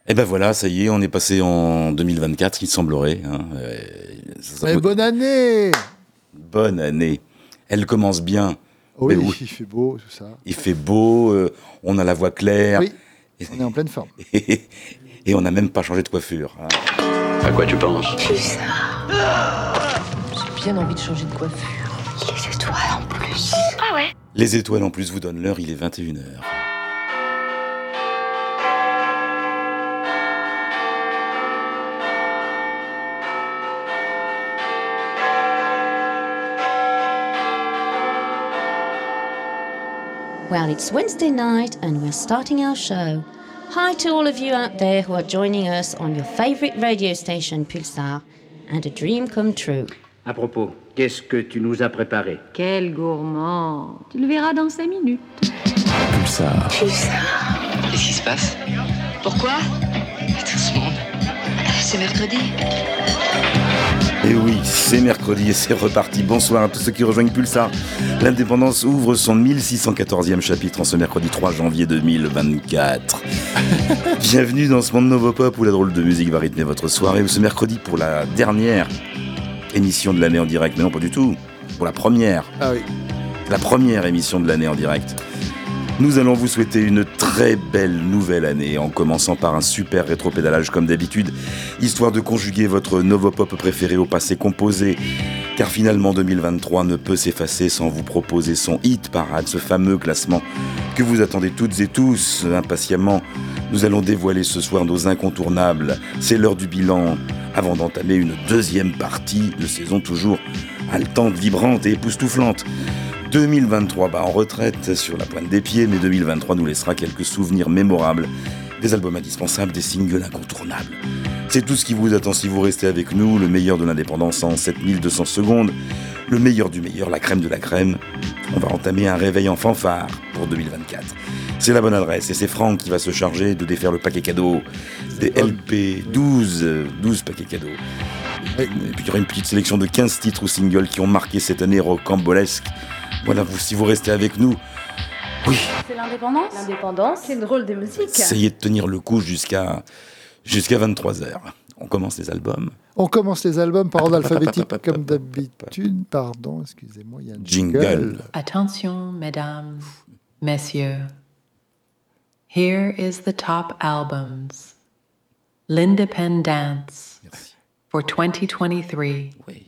Et ben voilà, ça y est, on est passé en 2024, il semblerait. Hein. Bonne année! Bonne année. Elle commence bien. Oui, oui, il fait beau, tout ça. Il fait beau, on a la voix claire. Oui, on est en pleine forme. Et on n'a même pas changé de coiffure. Hein. À quoi tu penses? Pulsar. J'ai bien envie de changer de coiffure. Les étoiles en plus. Ah ouais? Les étoiles en plus vous donnent l'heure, il est 21h. Well, it's Wednesday night and we're starting our show. Hi to all of you out there who are joining us on your favorite radio station, Pulsar, and a dream come true. À propos, qu'est-ce que tu nous as préparé? Quel gourmand. Tu le verras dans 5 minutes. Pulsar. Qu'est-ce qui se passe? Pourquoi? Tout ce monde. C'est mercredi. Et oui, c'est mercredi et c'est reparti. Bonsoir à tous ceux qui rejoignent Pulsar. L'Indépendance ouvre son 1614e chapitre en ce mercredi 3 janvier 2024. Bienvenue dans ce monde Novopop où la drôle de musique va rythmer votre soirée. Ou ce mercredi pour la dernière émission de l'année en direct. Mais non, pas du tout. Pour la première. Ah oui. La première émission de l'année en direct. Nous allons vous souhaiter une très belle nouvelle année en commençant par un super rétro-pédalage comme d'habitude, histoire de conjuguer votre Novopop préféré au passé composé, car finalement 2023 ne peut s'effacer sans vous proposer son hit parade, ce fameux classement que vous attendez toutes et tous impatiemment. Nous allons dévoiler ce soir nos incontournables, c'est l'heure du bilan, avant d'entamer une deuxième partie de saison toujours haletante, vibrante et époustouflante. 2023 en retraite sur la pointe des pieds, mais 2023 nous laissera quelques souvenirs mémorables, des albums indispensables, des singles incontournables. C'est tout ce qui vous attend si vous restez avec nous, le meilleur de l'indépendance en 7200 secondes, le meilleur du meilleur, la crème de la crème. On va entamer un réveil en fanfare pour 2024. C'est la bonne adresse et c'est Franck qui va se charger de défaire le paquet cadeau des LP, 12 paquets cadeaux. Et puis il y aura une petite sélection de 15 titres ou singles qui ont marqué cette année rocambolesque. Voilà, si vous restez avec nous, oui. C'est l'indépendance. L'indépendance, c'est drôle de musique. Essayez de tenir le coup jusqu'à 23h. On commence les albums. On commence les albums par ordre alphabétique comme d'habitude. Pardon, excusez-moi, il y a un jingle. Attention, mesdames, messieurs. Here is the top albums. L'Independance for 2023. Oui.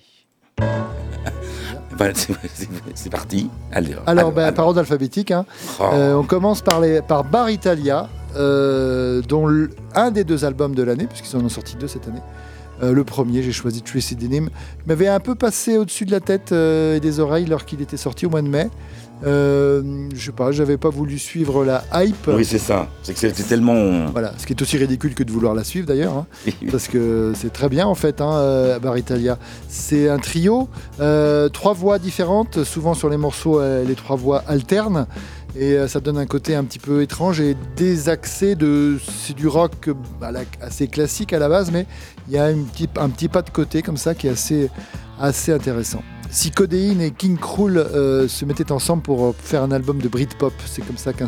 Voilà, c'est parti. Allez, alors, par ordre alphabétique, hein. On commence par Bar Italia, dont un des 2 albums de l'année, puisqu'ils en ont sorti 2 cette année. Le premier, j'ai choisi Tracy Denim. Il m'avait un peu passé au-dessus de la tête et des oreilles lorsqu'il était sorti au mois de mai. Je sais pas, j'avais pas voulu suivre la hype. Oui, c'est ça. C'est que c'était tellement... Voilà, ce qui est aussi ridicule que de vouloir la suivre d'ailleurs, hein, parce que c'est très bien en fait, hein, Bar Italia. C'est un trio, 3 voix différentes, souvent sur les morceaux, les 3 voix alternent. Et ça donne un côté un petit peu étrange et désaxé c'est du rock assez classique à la base, mais il y a un petit pas de côté comme ça qui est assez intéressant. Si Codeine et King Krul se mettaient ensemble pour faire un album de Britpop, c'est comme ça qu'un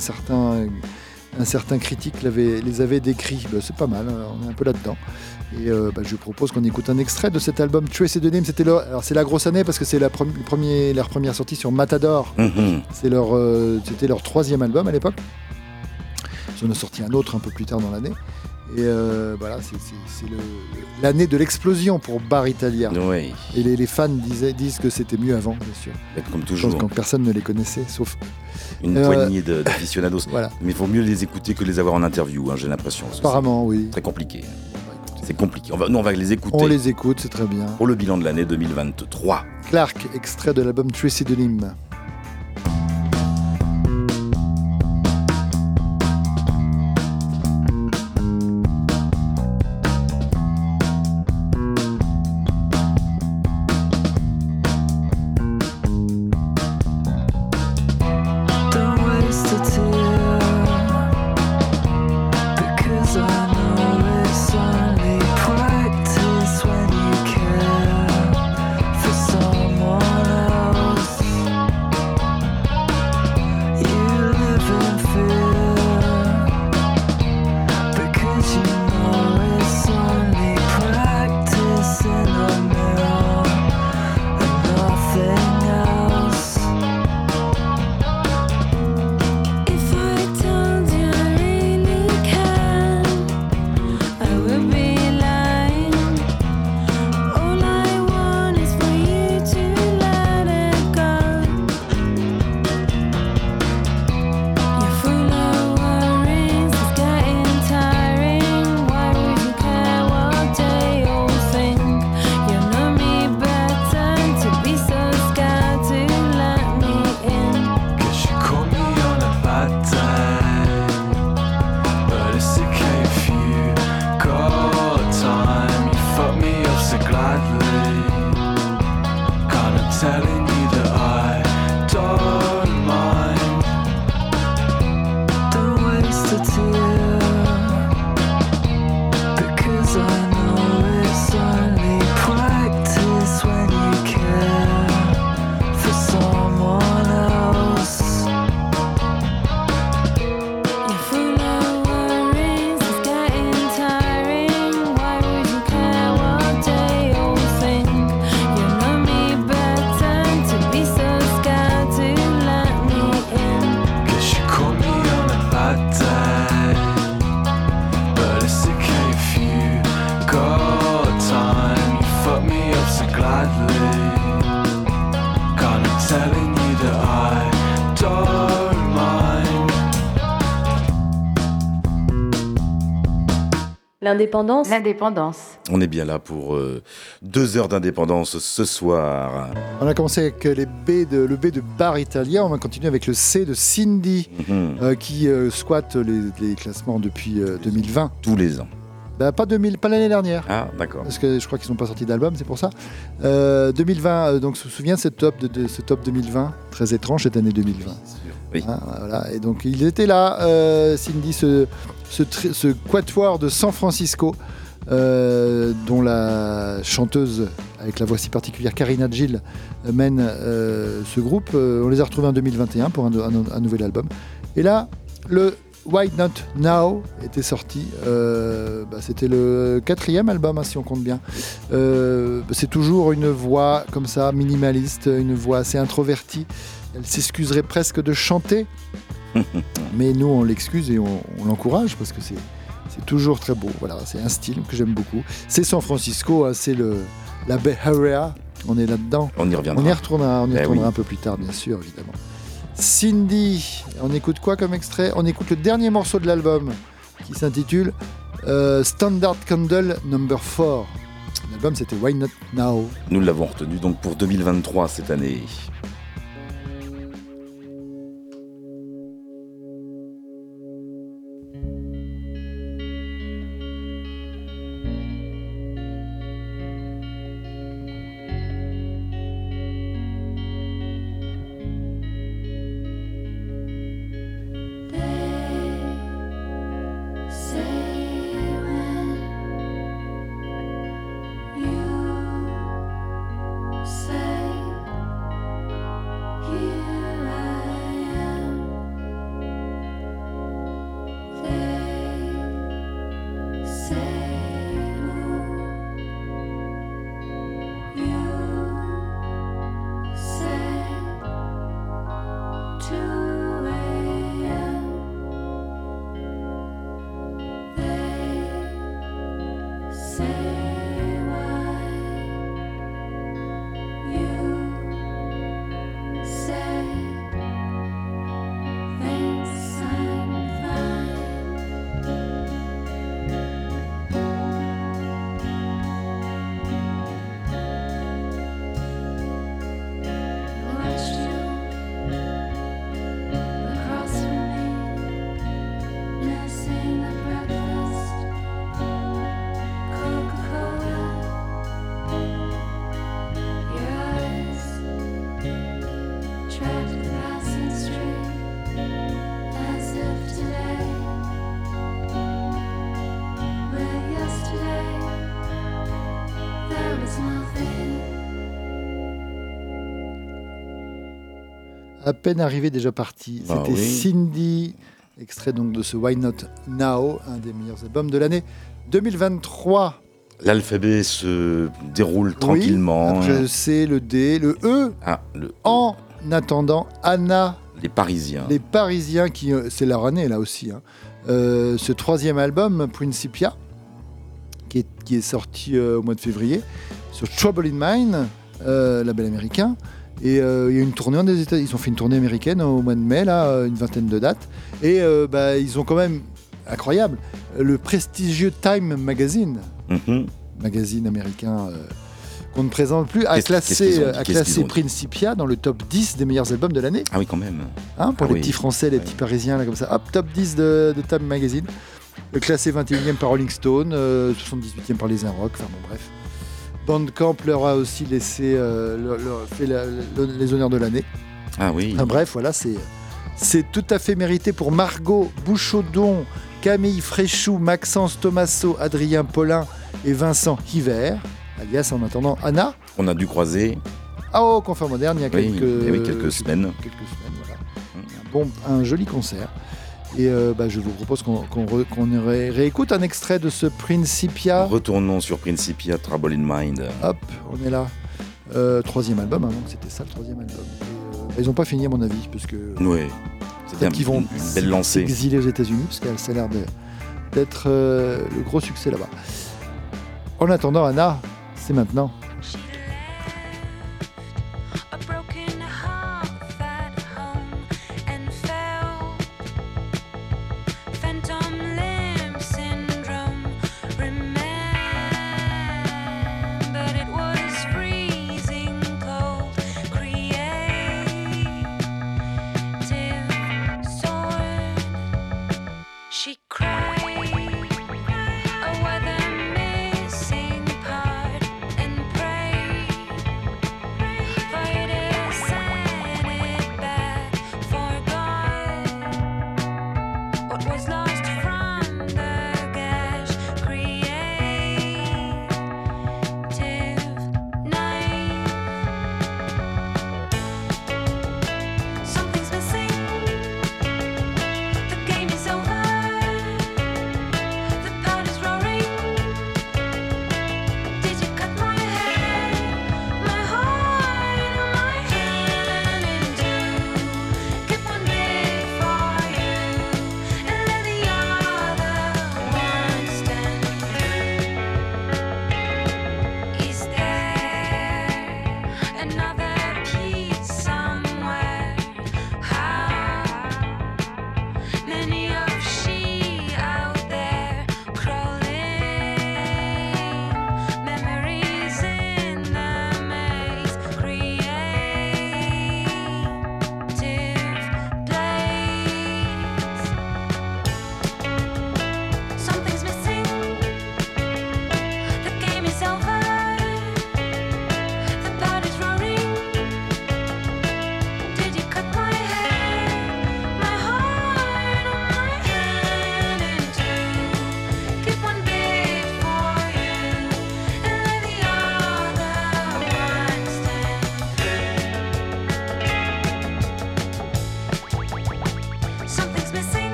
certain critique les avait décrits. C'est pas mal, on est un peu là-dedans. Et je propose qu'on écoute un extrait de cet album Tracy Denim. C'est la grosse année parce que c'est leur première sortie sur Matador. Mm-hmm. C'était leur 3e album à l'époque. Ils en ont sorti un autre un peu plus tard dans l'année. Et voilà, c'est l'année de l'explosion pour Bar Italia. Oui. Et les fans disent que c'était mieux avant, bien sûr. Comme toujours. Quand personne ne les connaissait, sauf une poignée d'aficionados. Voilà. Mais il vaut mieux les écouter que les avoir en interview, hein, j'ai l'impression. Apparemment, oui. Très compliqué. C'est compliqué. On va les écouter. On les écoute, c'est très bien. Pour le bilan de l'année 2023. Clark, extrait de l'album Tracy Denim. Someone else madly. Kind of telling you that I don't mind. L'indépendance. On est bien là pour 2 heures d'indépendance ce soir. On a commencé avec le B de Bar Italia, on va continuer avec le C de Cindy, qui squatte les classements depuis 2020. Tous les ans. Pas l'année dernière. Ah, d'accord. Parce que je crois qu'ils n'ont pas sorti d'album, c'est pour ça. 2020, donc je me souviens de ce top 2020, très étrange cette année 2020. Oui. Voilà. Et donc il était là, Cindy, ce quatuor de San Francisco, dont la chanteuse avec la voix si particulière Karina Gil mène ce groupe. On les a retrouvés en 2021 pour un nouvel album. Et là, le Why Not Now était sorti. C'était le 4e album, si on compte bien. C'est toujours une voix comme ça, minimaliste, une voix assez introvertie. Elle s'excuserait presque de chanter, mais nous on l'excuse et on l'encourage parce que c'est toujours très beau. Voilà, c'est un style que j'aime beaucoup. C'est San Francisco, c'est la Bay Area. On est là-dedans. On y reviendra. On y retournera Oui. un peu plus tard, bien sûr, évidemment. Cindy, on écoute quoi comme extrait? On écoute le dernier morceau de l'album qui s'intitule Standard Candle No. 4. L'album c'était Why Not Now. Nous l'avons retenu donc pour 2023 cette année. À peine arrivé, déjà parti. C'était Cindy, extrait donc de ce Why Not Now, un des meilleurs albums de l'année 2023. L'alphabet se déroule tranquillement. Après le C, le D, le E. En attendant, Anna. Les Parisiens. Les Parisiens, c'est leur année là aussi. Ce 3e album, Principia, qui est sorti au mois de février, sur Trouble in Mind, label américain. Et il y a une tournée en des États-Unis. Ils ont fait une tournée américaine au mois de mai, là, une vingtaine de dates. Et ils ont quand même, incroyable, le prestigieux Time Magazine, magazine américain qu'on ne présente plus, a classé Principia dans le top 10 des meilleurs albums de l'année. Ah oui, quand même. Pour les petits Français, les petits Parisiens, là, comme ça. Hop, top 10 de Time Magazine. Classé 21e par Rolling Stone, 78e par les Inrock, enfin bon, bref. Bandcamp leur a aussi laissé fait les honneurs de l'année. Ah oui. Enfin, bref, voilà, c'est tout à fait mérité pour Margot Bouchaudon, Camille Fréchou, Maxence Thomasso, Adrien Paulin et Vincent Hiver, alias en attendant Anna. On a dû croiser. Au Confort Moderne il y a quelques semaines. Voilà. Un joli concert. Et je vous propose qu'on réécoute un extrait de ce Principia. Retournons sur Principia, Trouble in Mind. Hop, on est là. 3e album, donc c'était ça le 3e album. Ils n'ont pas fini à mon avis, parce que c'était qu'ils vont une belle lancée. S'exiler aux États-Unis, parce que ça a l'air d'être le gros succès là-bas. En attendant, Anna, c'est maintenant.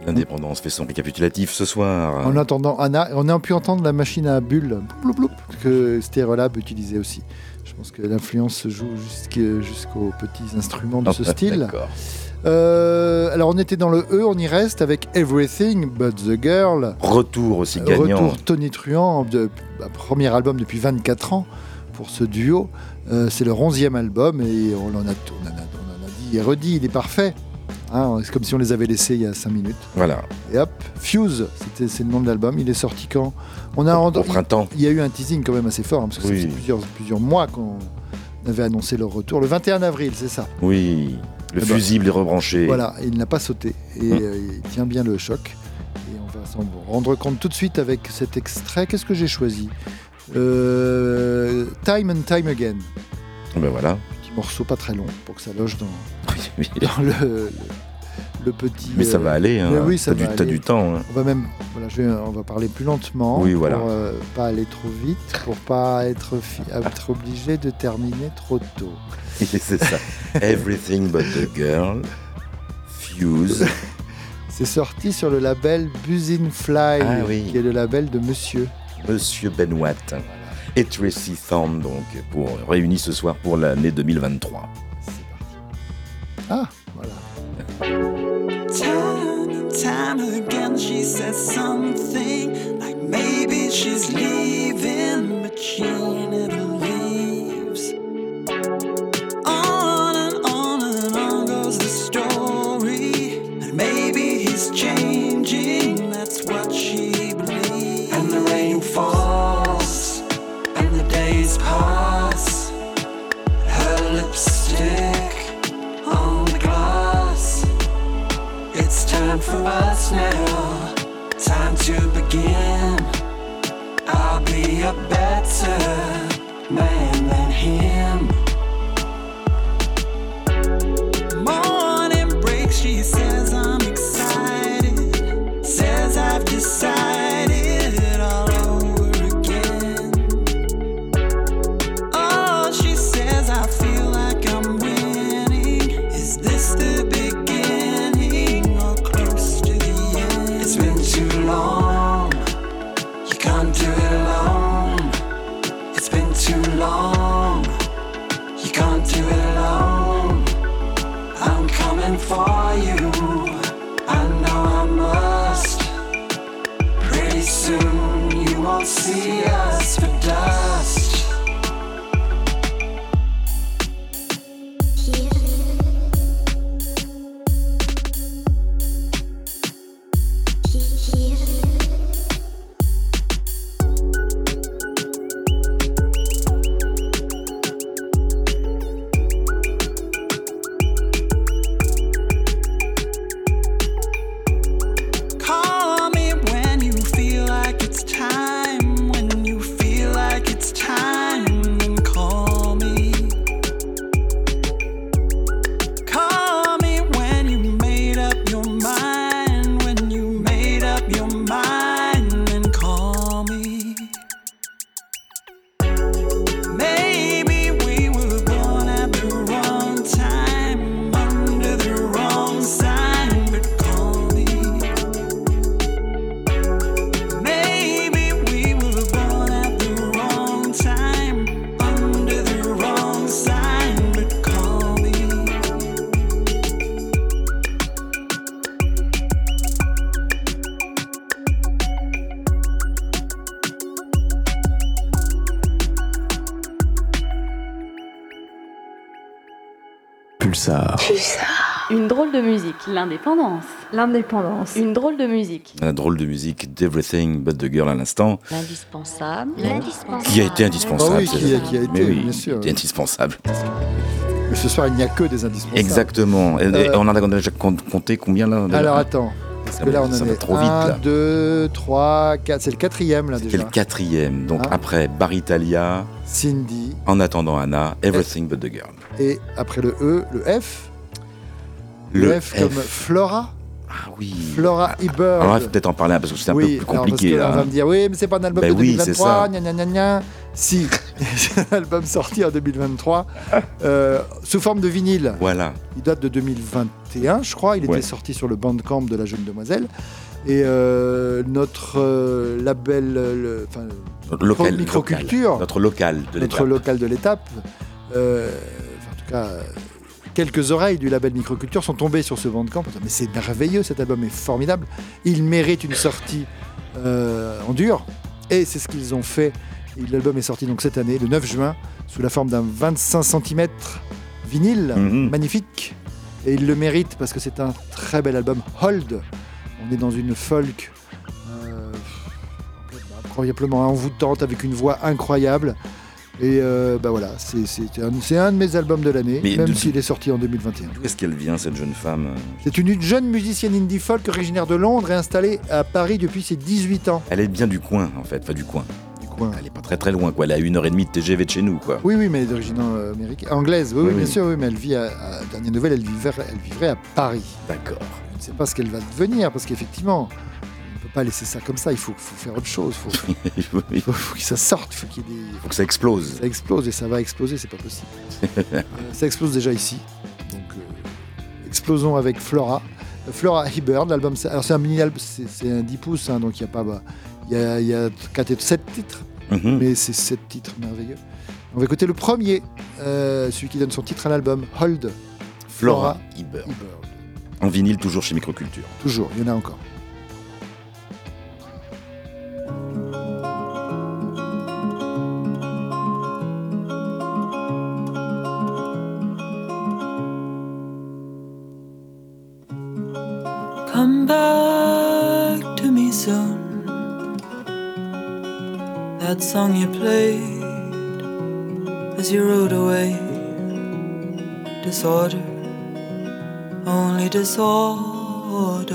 L'indépendance fait son récapitulatif ce soir. En attendant Anna, on a pu entendre la machine à bulles bloup, bloup, que Stereolab utilisait aussi. Je pense que l'influence se joue jusqu'aux petits instruments de ce style. D'accord. Alors on était dans le E, on y reste avec Everything But The Girl. Retour aussi gagnant. Retour tonitruant, premier album depuis 24 ans pour ce duo. C'est leur 11e album et on en a dit et redit, il est parfait. Hein, c'est comme si on les avait laissés il y a 5 minutes. Voilà. Et hop, Fuse, c'est le nom de l'album. Il est sorti quand au printemps. Il y a eu un teasing quand même assez fort, hein, parce que ça fait plusieurs mois qu'on avait annoncé leur retour. Le 21 avril, c'est ça. Oui, le fusible est rebranché. Voilà, il n'a pas sauté. Et il tient bien le choc. Et on va s'en rendre compte tout de suite avec cet extrait. Qu'est-ce que j'ai choisi Time and Time Again. Ben voilà. Petit morceau pas très long pour que ça loge dans le petit. Mais ça va aller, hein. Oui, ça va t'as du temps. Hein. On va parler plus lentement pour pas aller trop vite, pour pas être obligé de terminer trop tôt. C'est ça. Everything But The Girl, Fuse. C'est sorti sur le label Buzzin' Fly, qui est le label de Monsieur Benoît. Et Tracy Thorn, donc, réunis ce soir pour l'année 2023. Ah, voilà. Time and time again she says something like maybe she's leaving, but she never leaves. On and on goes the story, and maybe he's changing, that's what she believes. And the rain falls, and the days pass, her lipstick on the glass. It's time for us now, time to begin. I'll be a better man than him. Morning breaks, she says I'm excited, says I've decided all over again. Oh, she says I feel like I'm winning. Is this the beginning or close to the end? It's been too long, you can't do it alone. It's been too long, you can't do it alone. I'm coming for you, I know I must. Pretty soon you won't see us for dust. Call me when you feel like it's time, when you feel like it's time, then call me. Call me when you made up your mind, when you made up your mind, then call me. Maybe we were born at the wrong time, under the wrong sign, but call me. Maybe we were born at the wrong time, under the wrong sign, but call me. Pulsar. Une drôle de musique. L'indépendance. L'indépendance. Une drôle de musique. La drôle de musique d'Everything But The Girl à l'instant. L'indispensable. Qui a été indispensable. Ah oui, qui a été, Mais oui, bien sûr. qui a été indispensable. Mais ce soir, il n'y a que des indispensables. Exactement. Et on en a déjà compté combien là déjà? Alors attends, parce que là on ça en va est trop vite, 1, là. 2, 3, 4, c'est le 4e là C'est déjà. le 4e. Donc Hein? après Baritalia, Cindy, En attendant Anna, Everything But The Girl. et après le E, le F. Le F comme Flora. Ah oui. Flora Ebert. Alors là, il faut peut-être en parler parce que c'est un peu plus compliqué. Alors, parce que là, on va Là. me dire, oui, mais c'est pas un album Ben de oui, 2023, c'est ça. gna gna gna gna. Si, c'est un album sorti en 2023 sous forme de vinyle. Voilà. Il date de 2021, je crois. Il était sorti sur le Bandcamp de la jeune demoiselle. Et notre label, local, Microculture, notre local de l'étape. Notre local de l'étape. En tout cas, quelques oreilles du label Microculture sont tombées sur ce Bandcamp. Mais c'est merveilleux, cet album est formidable. Il mérite une sortie en dur. Et c'est ce qu'ils ont fait. Et l'album est sorti donc cette année, le 9 juin, sous la forme d'un 25 cm vinyle, magnifique. Et il le mérite parce que c'est un très bel album. Hold. On est dans une folk incroyablement envoûtante, avec une voix incroyable. Et voilà, c'est un de mes albums de l'année, même s'il est sorti en 2021. D'où est-ce qu'elle vient, cette jeune femme ? C'est une jeune musicienne indie folk originaire de Londres et installée à Paris depuis ses 18 ans. Elle est bien du coin, en fait, du coin. Elle n'est pas très très loin, quoi. Elle a 1h30 de TGV de chez nous, quoi. Oui, mais d'origine anglaise, oui, bien sûr, mais elle vit dernière nouvelle, elle vivrait à Paris. D'accord. Je ne sais pas ce qu'elle va devenir, parce qu'effectivement, on ne peut pas laisser ça comme ça, il faut faire autre chose, il faut que ça sorte, il faut que ça explose. Ça explose, et ça va exploser, c'est pas possible. Ça explose déjà ici, donc explosons avec Flora. Flora Hibberd, l'album, alors c'est un mini-album, c'est un 10 pouces, hein, donc il y a 7 titres, mais c'est 7 titres merveilleux. On va écouter le premier, celui qui donne son titre à l'album, Hold. Flora Hibberd. En vinyle, toujours chez Microculture. Toujours, il y en a encore. Come back to me soon. That song you played as you rode away. Disorder, only disorder.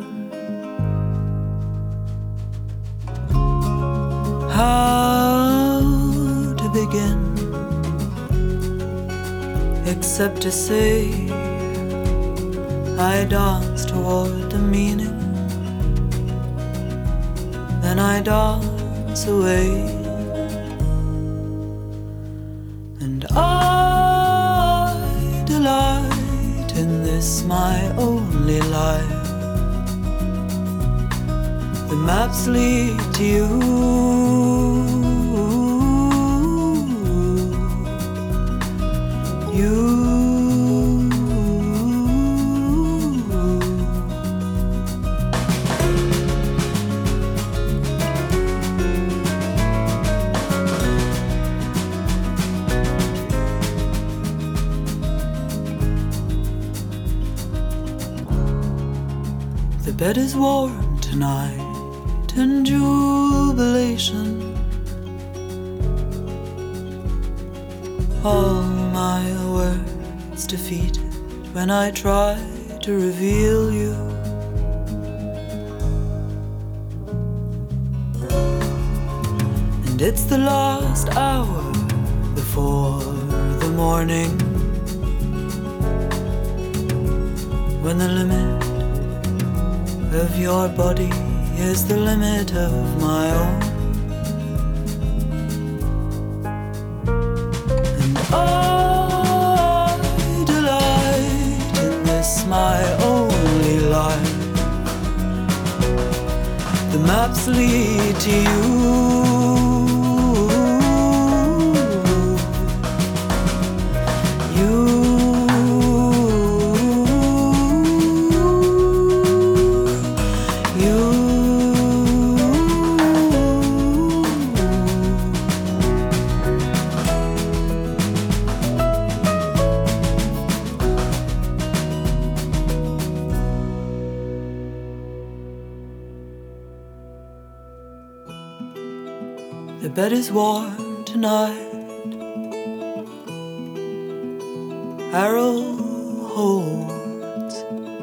How to begin, except to say I dance toward the meaning, then I dance away, and I delight in this my only life. The maps lead to you. The bed is warm tonight in jubilation. All my words defeated when I try to reveal you. And it's the last hour before the morning, when the limit of your body is the limit of my own. And I delight in this my only life. The maps lead to you. The bed is warm tonight. Arrow holds,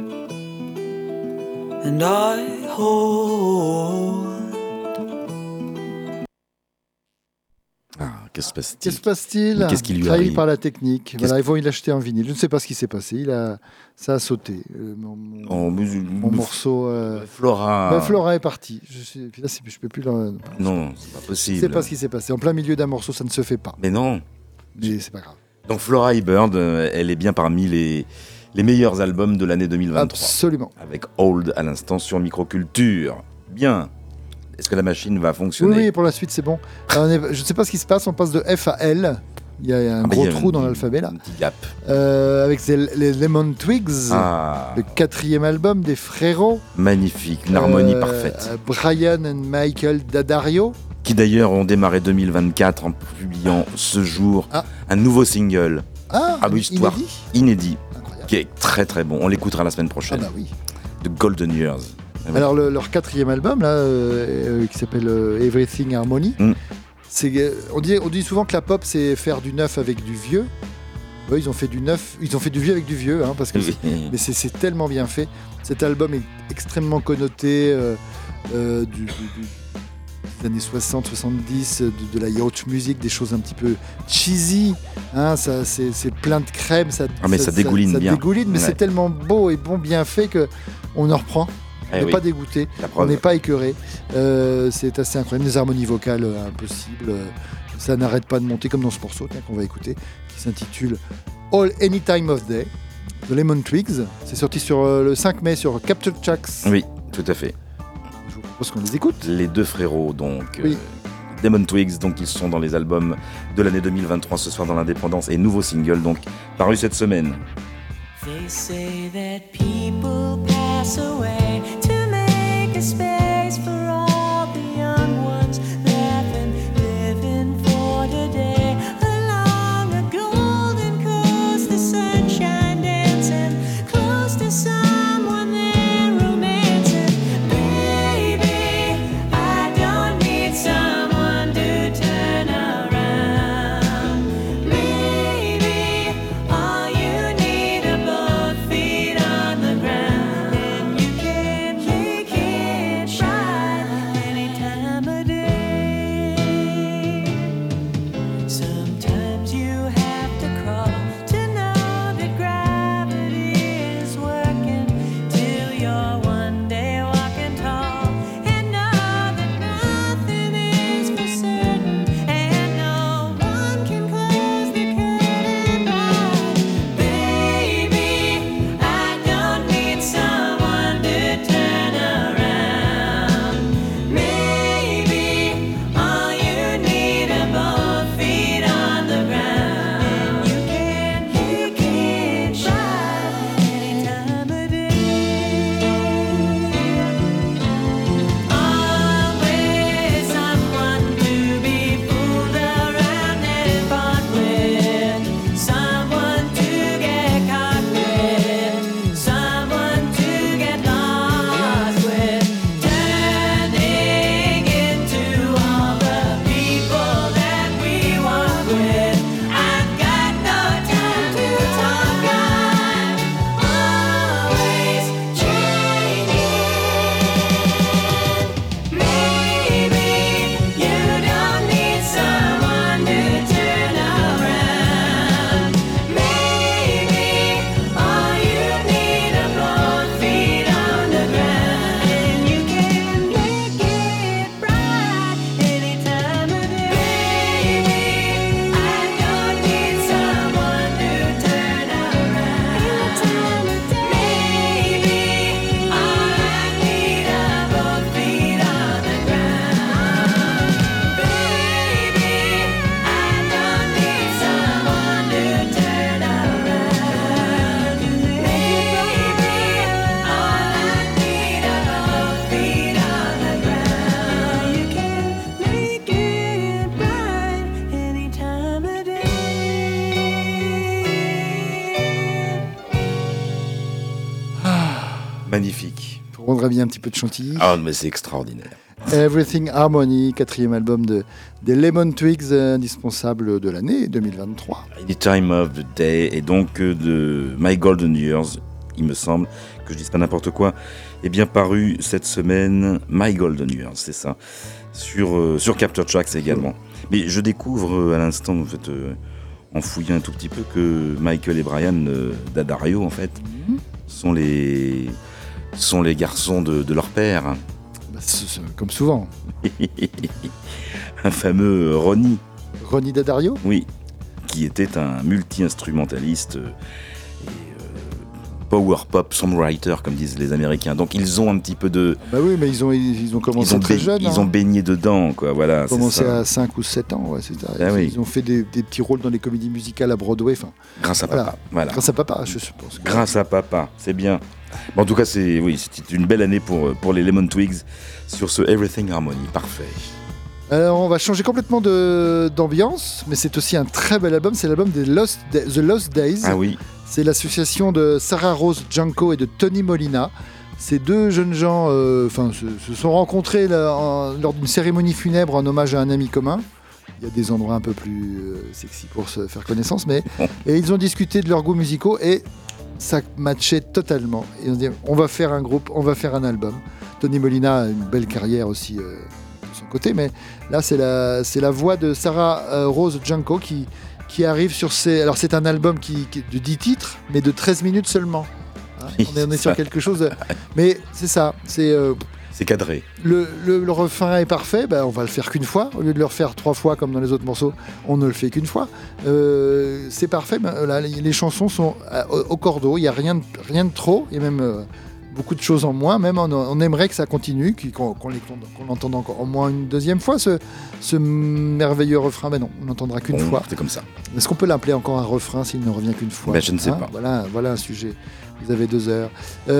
and I hold. Que se passe-t-il? Que se passe-t-il? Qu'est-ce qui lui Trahi arrive? par la technique. Voilà, ils vont y l'acheter en vinyle. Je ne sais pas ce qui s'est passé. Ça a sauté. Mon morceau. Flora. Flora est partie. Je peux plus. Non, c'est pas possible. Je ne sais pas ce qui s'est passé. En plein milieu d'un morceau, ça ne se fait pas. Mais non. Mais c'est pas grave. Donc Flora Bird, elle est bien parmi les meilleurs albums de l'année 2023. Absolument. Avec Old à l'instant sur Microculture. Bien. Est-ce que la machine va fonctionner? Oui, pour la suite, c'est bon. Alors, je ne sais pas ce qui se passe. On passe de F à L. Il y a un gros trou dans l'alphabet, là. Un petit gap. Avec les Lemon Twigs, le 4e album des Frérots. Magnifique, une harmonie parfaite. Brian et Michael Daddario. Qui d'ailleurs ont démarré 2024 en publiant ce jour un nouveau single. Histoire inédit. Qui est très très bon. On l'écoutera la semaine prochaine. Oui. The Golden Years. Alors leur 4e album là, qui s'appelle Everything Harmony, on dit souvent que la pop c'est faire du neuf avec du vieux. Ils ont fait du neuf, ils ont fait du vieux avec du vieux, parce que mais c'est tellement bien fait. Cet album est extrêmement connoté des années 60, 70, de la yacht music, des choses un petit peu cheesy. Ça, c'est plein de crème, ça dégouline bien. Dégouline, mais c'est tellement beau et bien fait que on en reprend. On n'est pas dégoûté, on n'est pas écœuré. C'est assez incroyable. Des harmonies vocales impossibles. Ça n'arrête pas de monter, comme dans ce morceau qu'on va écouter, qui s'intitule All Any Time of Day, de Lemon Twigs. C'est sorti sur le 5 mai sur Capture Tracks. Oui, tout à fait. Je vous propose qu'on les écoute. Les deux frérots, donc. Lemon Twigs, donc ils sont dans les albums de l'année 2023 ce soir dans l'Indépendance, et nouveau single, donc, paru cette semaine. They say that people pass away to make a space for all the young ones laughing, living for today. Along a golden coast, the sunshine dancing, close to someone they're romancing. Baby, I don't need someone to turn around. Maybe all you need are both feet on the ground, and you can make it right any time of day. Sometimes you have to crawl to know that gravity is working, till you're one day walking tall, and know that nothing is for certain, and no one can close the curtain back. Baby, I don't need someone to turn around. Maybe all you need are both feet on the ground, and you can make it right any time of day. Always someone to be fooled around and fought with, someone to get caught with, someone to get lost with, turning into all the people that we walk with. I've got no time to talk, I'm always changing. Maybe you don't need someone to turn around. Maybe all you need are both feet on the ground, and you can make it right any time of day. Baby, I don't need someone to turn around. Maybe all I need are both feet on the ground. Baby, I don't need someone to turn around. Maybe all I need are both feet on the ground. You can make it right any time of day. Magnifique. On réveiller un petit peu de chantilly. Mais c'est extraordinaire. Everything Harmony, 4e album des Lemon Twigs, indispensable de l'année 2023. Any Time of the Day, et donc de My Golden Years, il me semble, que je dise pas n'importe quoi, est bien paru cette semaine. My Golden Years, c'est ça, sur Capture Tracks également. Mais je découvre à l'instant, en fait, en fouillant un tout petit peu, que Michael et Brian Daddario, en fait, sont les garçons de leur père. Bah, comme souvent. Un fameux Ronnie. Ronnie Daddario ? Oui, qui était un multi-instrumentaliste power pop songwriter, comme disent les Américains. Donc ils ont un petit peu de... Bah oui, mais ils ont commencé très jeunes. Ils ont baigné dedans, quoi. Voilà, ils ont commencé à 5 ou 7 ans, ouais, c'est ça. Ils ont fait des petits rôles dans les comédies musicales à Broadway. Grâce à papa. Voilà. Grâce à papa, je suppose. Grâce à papa, c'est bien. Bon, en tout cas, c'était une belle année pour les Lemon Twigs sur ce Everything Harmony. Parfait. Alors, on va changer complètement d'ambiance, mais c'est aussi un très bel album. C'est l'album The Lost Days. Ah oui. C'est l'association de Sarah Rose Janko et de Tony Molina. Ces deux jeunes gens se sont rencontrés lors d'une cérémonie funèbre en hommage à un ami commun. Il y a des endroits un peu plus sexy pour se faire connaissance, et ils ont discuté de leurs goûts musicaux et ça matchait totalement. Et on dit, on va faire un groupe, on va faire un album. Tony Molina a une belle carrière aussi de son côté, mais là c'est la voix de Sarah Rose Janko qui arrive sur ces... Alors c'est un album qui de 10 titres, mais de 13 minutes seulement. On est sur quelque chose... Mais c'est ça, c'est cadré. Le refrain est parfait, on va le faire qu'une fois. Au lieu de le refaire 3 fois comme dans les autres morceaux, on ne le fait qu'une fois. C'est parfait, là, les chansons sont au cordeau, il n'y a rien de trop, il y a même... beaucoup de choses en moins, même on aimerait que ça continue, qu'on l'entende encore au moins une deuxième fois, ce merveilleux refrain. Mais non, on n'entendra qu'une fois. C'est comme ça. Est-ce qu'on peut l'appeler encore un refrain s'il ne revient qu'une fois ? Je ne sais pas. Voilà un sujet. Vous avez 2 heures.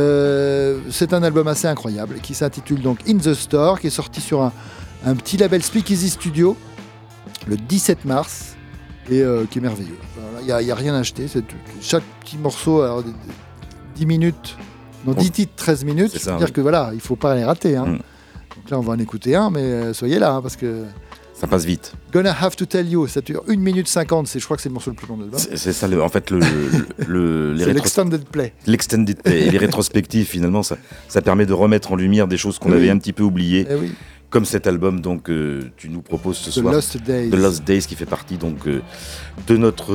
C'est un album assez incroyable qui s'intitule donc In the Store, qui est sorti sur un petit label Speakeasy Studio le 17 mars et qui est merveilleux. Il n'y a rien à acheter. Chaque petit morceau, alors 10 minutes. Donc 10 titres, 13 minutes, c'est-à-dire que voilà, il ne faut pas les rater. Donc là, on va en écouter un, mais soyez là, parce que... Ça passe vite. Gonna Have to Tell You, ça dure 1 minute 50, je crois que c'est le morceau le plus long de l'album. C'est ça, en fait, c'est l'extended play. L'extended play. Et les rétrospectives, finalement, ça permet de remettre en lumière des choses qu'on avait un petit peu oubliées. Oui. Comme cet album donc, tu nous proposes ce soir. The Lost Days, qui fait partie donc, de notre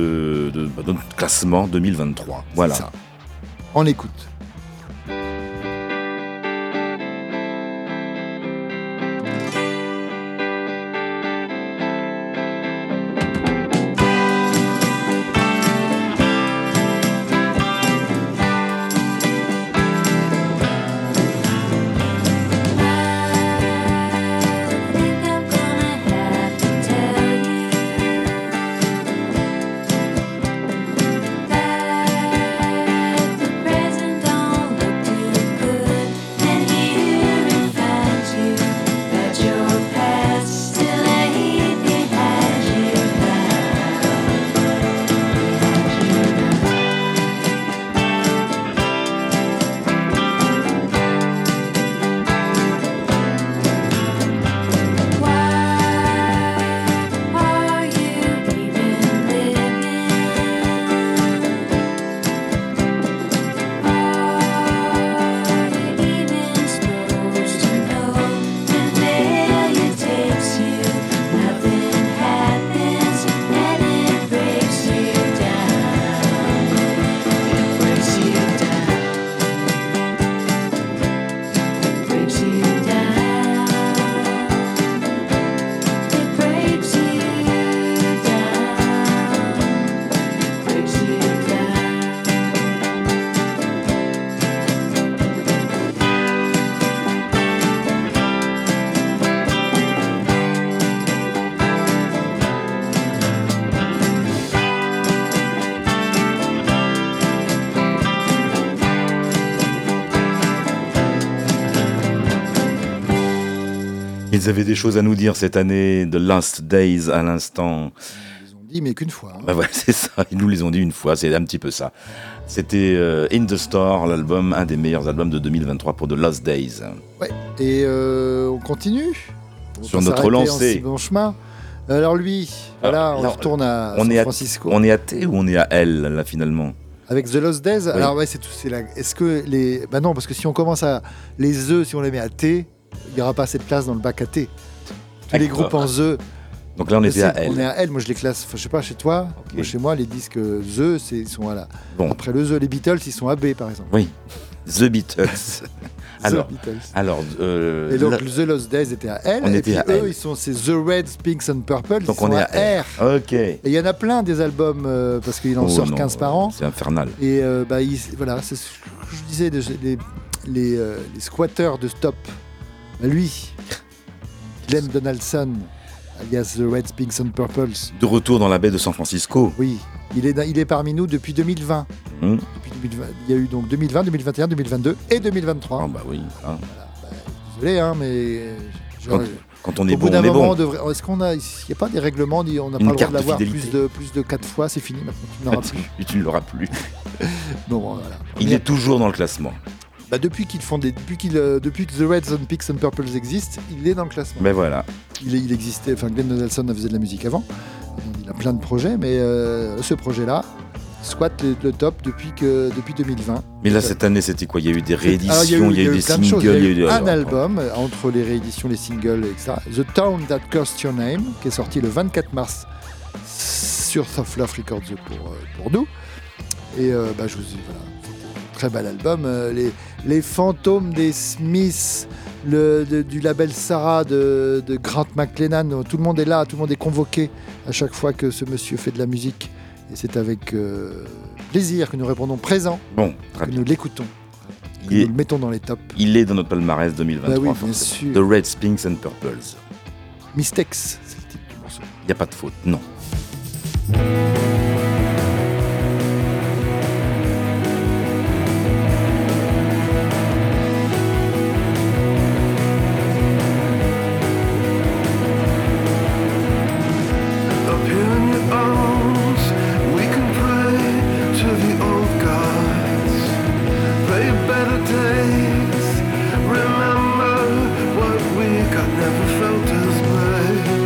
classement 2023. Voilà. C'est ça. On écoute. Ils avaient des choses à nous dire cette année, The Lost Days à l'instant. Ils ont dit, mais qu'une fois. Voilà, c'est ça, ils nous les ont dit une fois, c'est un petit peu ça. C'était In the Store, l'album, un des meilleurs albums de 2023 pour The Lost Days. Ouais, et on continue. Sur notre lancée. Bon chemin. Alors lui, voilà, on retourne à San Francisco. On est à T ou on est à L, là, finalement ? Avec The Lost Days, oui. Alors ouais, est-ce que les... Bah non, parce que si on commence à... Les E, si on les met à T, il n'y aura pas assez de place dans le bac à T. Tous les groupes en E, Donc là, on était à L. On est à L, moi je les classe, je sais pas, chez toi, Ok. moi, chez moi, les disques The, ils sont à la. Bon. Après le The, les Beatles, ils sont à B par exemple. Oui, The Beatles. Alors, The Beatles. alors Et donc là- The Lost Days était à L, On et était puis à eux, L. c'est The Reds, Pinks and Purple, donc ils sont on est à à R. Ok. Et il y en a plein des albums, parce qu'il en Oh sort non, 15 par an. C'est infernal. Et voilà, c'est ce que je disais, les squatteurs de Stop. Lui, Glenn Donaldson, alias The Reds, Pinks and Purples. De retour dans la baie de San Francisco. Oui, il est parmi nous depuis 2020. Hum. Depuis 2020. Il y a eu donc 2020, 2021, 2022 et 2023. Ah bah oui. Hein. Désolé, hein, mais Quand on est au bout bon, d'un on est moment, bon. est-ce qu'on a, il n'y a pas des règlements, on n'a pas Une le droit carte de l'avoir de fidélité. plus de 4 fois, c'est fini maintenant, tu n'auras plus. Et tu ne l'auras plus. Bon, voilà. Il est toujours dans le classement. Bah, depuis que The Reds and Pinks and Purples existe, il est dans le classement. Mais voilà. Il existait, enfin Glenn Donaldson faisait de la musique avant, donc il a plein de projets, mais ce projet-là squatte le top depuis 2020. Mais là, cette année, c'était quoi? Il y a eu des rééditions, Alors, il y a eu des plein de choses. singles. Il y a eu un alors, album entre les rééditions, les singles, etc. The Town That Cursed Your Name, qui est sorti le 24 mars sur Soft Love Records pour nous. Et je vous dis, voilà, très bel album. Les fantômes des Smiths, du label Sarah de Grant McLennan, tout le monde est là, tout le monde est convoqué à chaque fois que ce monsieur fait de la musique. Et c'est avec plaisir que nous répondons présent, Bon, très que bien. nous l'écoutons, que Il est- nous le mettons dans les tops. Il est dans notre palmarès 2023. Bah oui, bien forcément. sûr. The Reds, Pinks and Purples. Mistakes, c'est le titre du morceau. Il n'y a pas de faute, non. Up in your arms, we can pray to the old gods. Play better days. Remember what we got, never felt as brave.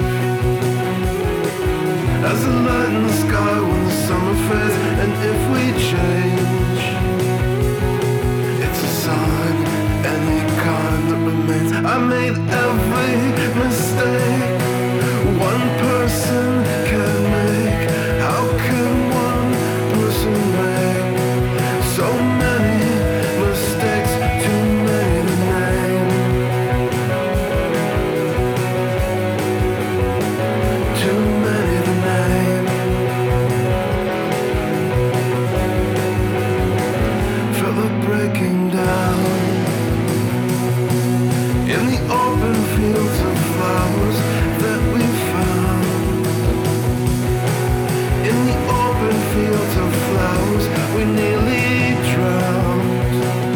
As a light in the sky when the summer fades, and if we change, it's a sign, any kind that remains. I made every mistake one person can make. How can one person make so many mistakes? Too many to name. Too many to name. Felt it breaking down in the open fields of flowers that we found. In the open fields of flowers we nearly drowned.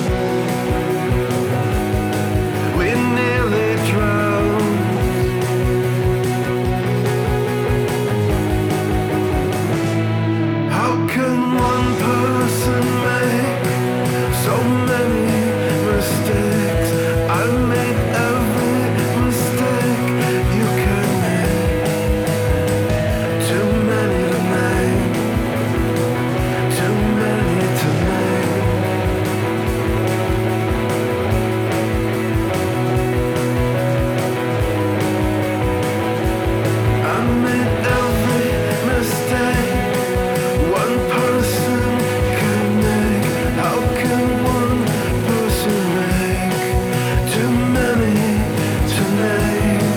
We nearly drowned. How can one person make so many mistakes? I made every mistake you can make. Too many to name. Too many to name. I made every mistake one person can make. How can one person make too many to name?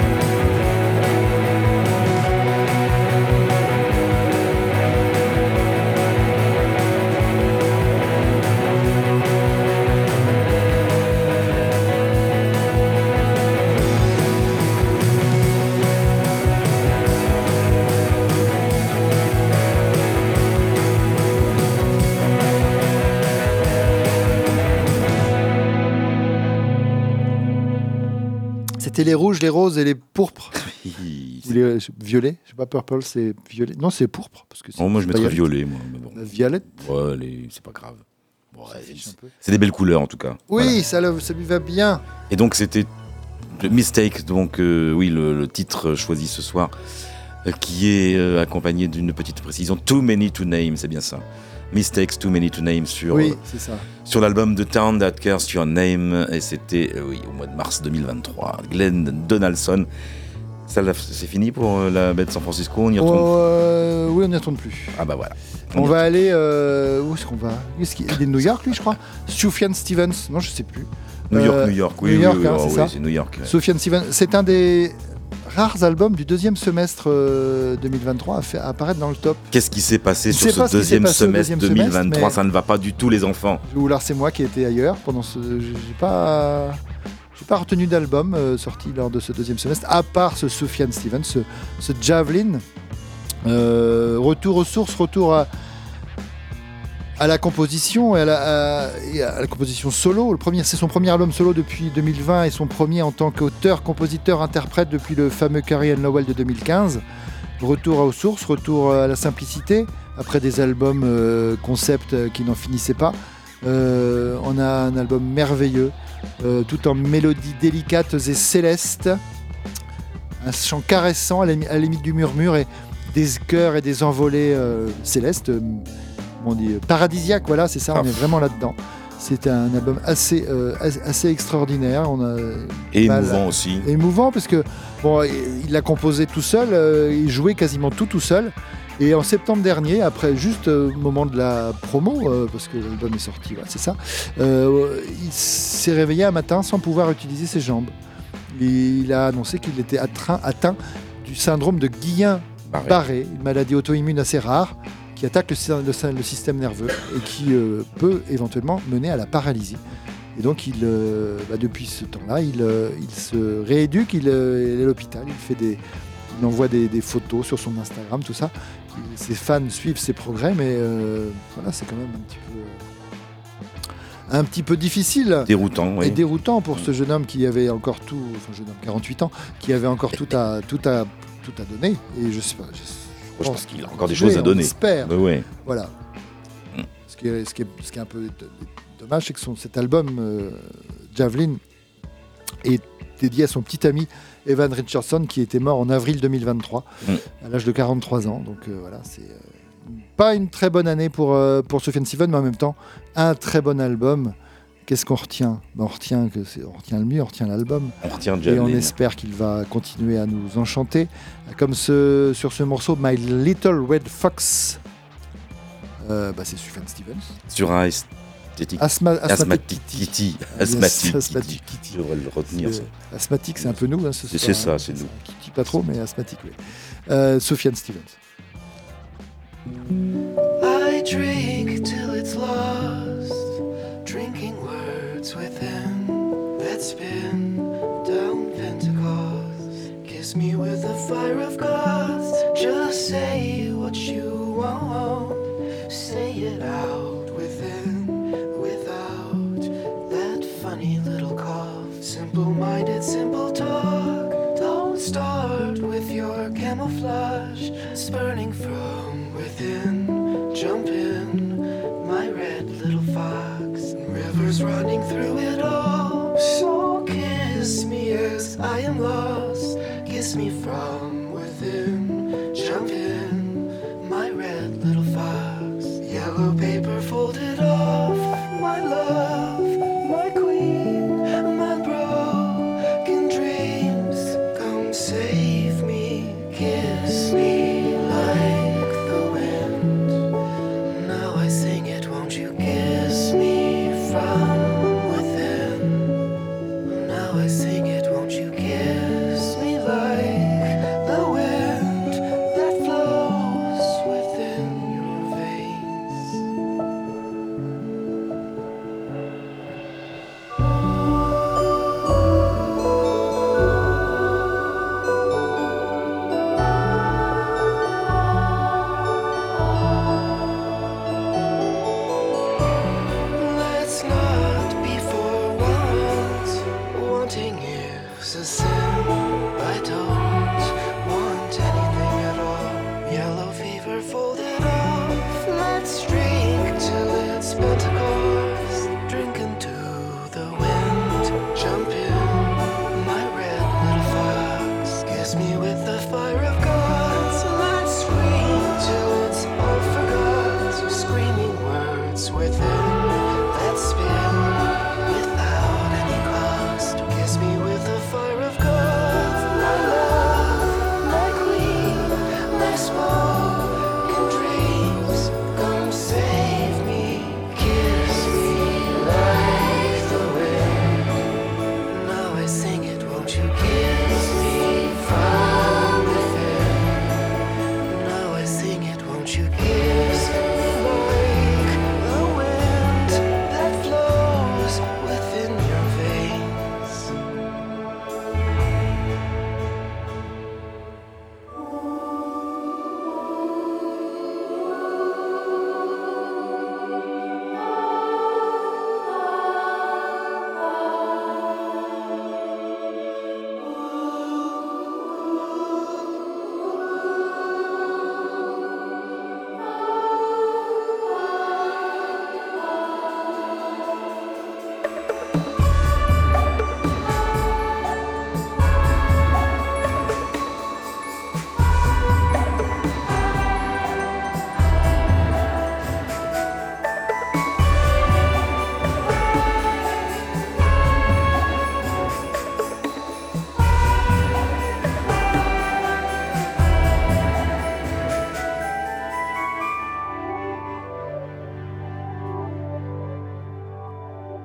C'était les rouges, les roses et les pourpres. Ou les violets. Je sais pas, purple, c'est violet. Non, c'est pourpre. Parce que Oh, moi, je pas mettrais violet. violet, moi. Mais bon. La violette. Ouais, c'est pas grave. Bon, ouais, fiche un peu. c'est des belles couleurs, en tout cas. Oui, Voilà. ça lui va bien. Et donc, c'était le Mistake, donc, oui, le titre choisi ce soir, qui est accompagné d'une petite précision. Too Many to Name, c'est bien ça. Mistakes, Too Many to Name sur, Oui, c'est ça. sur l'album The Town That Cursed Your Name. Et c'était, oui, au mois de mars 2023. Glenn Donaldson. Ça, c'est fini pour la baie de San Francisco, on y retourne oui, on n'y retourne plus. Ah bah voilà. On va aller... où est-ce qu'on va? Il est de New York, lui, je crois. Sufjan Stevens. Non, je sais plus. New York, oui. New York, oui, hein, oui, c'est ça. c'est New York. Ouais. Sufjan Stevens, c'est un des rares albums du deuxième semestre 2023 à apparaître dans le top. Qu'est-ce qui s'est passé sur ce deuxième semestre 2023? Ça ne va pas du tout, les enfants. Ou alors c'est moi qui ai été ailleurs pendant ce... J'ai pas retenu d'album sorti lors de ce deuxième semestre, à part ce Sufjan Stevens, ce Javelin. Retour aux sources, retour à la composition et à la composition solo. C'est son premier album solo depuis 2020 et son premier en tant qu'auteur, compositeur, interprète depuis le fameux Carrie and Lowell de 2015. Retour aux sources, retour à la simplicité, après des albums concept qui n'en finissaient pas. On a un album merveilleux, tout en mélodies délicates et célestes, un chant caressant à la limite du murmure et des chœurs et des envolées célestes, on dit paradisiaque, voilà, c'est ça, on est vraiment là-dedans. C'est un album assez extraordinaire. Et émouvant aussi. Émouvant parce que bon, il l'a composé tout seul, il jouait quasiment tout seul. Et en septembre dernier, après juste au moment de la promo, parce que l'album est sorti, ouais, c'est ça, il s'est réveillé un matin sans pouvoir utiliser ses jambes. Il a annoncé qu'il était atteint du syndrome de Guillain-Barré, une maladie auto-immune assez rare qui attaque le système nerveux et qui peut éventuellement mener à la paralysie. Et donc, depuis ce temps-là, il se rééduque, il est à l'hôpital, il envoie des photos sur son Instagram, tout ça. Ses fans suivent ses progrès, mais voilà, c'est quand même un petit peu difficile. Déroutant, oui. Et déroutant pour ce jeune homme qui avait encore tout, enfin jeune homme 48 ans, qui avait encore tout à donner. Et je sais pas, je pense qu'il a encore des choses à donner. J'espère. Ouais. Voilà. Ce qui est un peu dommage, c'est que cet album Javelin est dédié à son petit ami Evan Richardson, qui était mort en avril 2023 à l'âge de 43 ans. Donc voilà, c'est pas une très bonne année pour Sufjan Stevens, mais en même temps un très bon album. Qu'est-ce qu'on retient? On retient le mieux, on retient l'album. On retient Javelin. Et on espère qu'il va continuer à nous enchanter, comme sur ce morceau My Little Red Fox. C'est Sufjan Stevens. Sur un Asthmatic Kitty. Asthmatic Kitty. Je devrais le retenir. Asthmatique, c'est un peu nous. Hein, c'est ça, c'est nous. Kitty pas trop, mais asthmatique, oui. Sufjan Stevens. I drink till it's lost, drinking words within that spin down Pentecost. Kiss me with the fire of God. Just say what you want, say it out within, without that funny little cough. Simple-minded, simple talk. Don't start with your camouflage, spurning from within. Jump in, my red little fox. Rivers running through it all. So kiss me as I am lost. Kiss me from within. Jump in, my red little fox. Yellow paper folded off. My love, my queen, my broken dreams. Come save me, kiss me like the wind. Now I sing it, won't you kiss me from within? Now I sing it, won't you kiss me like the wind that flows within your veins?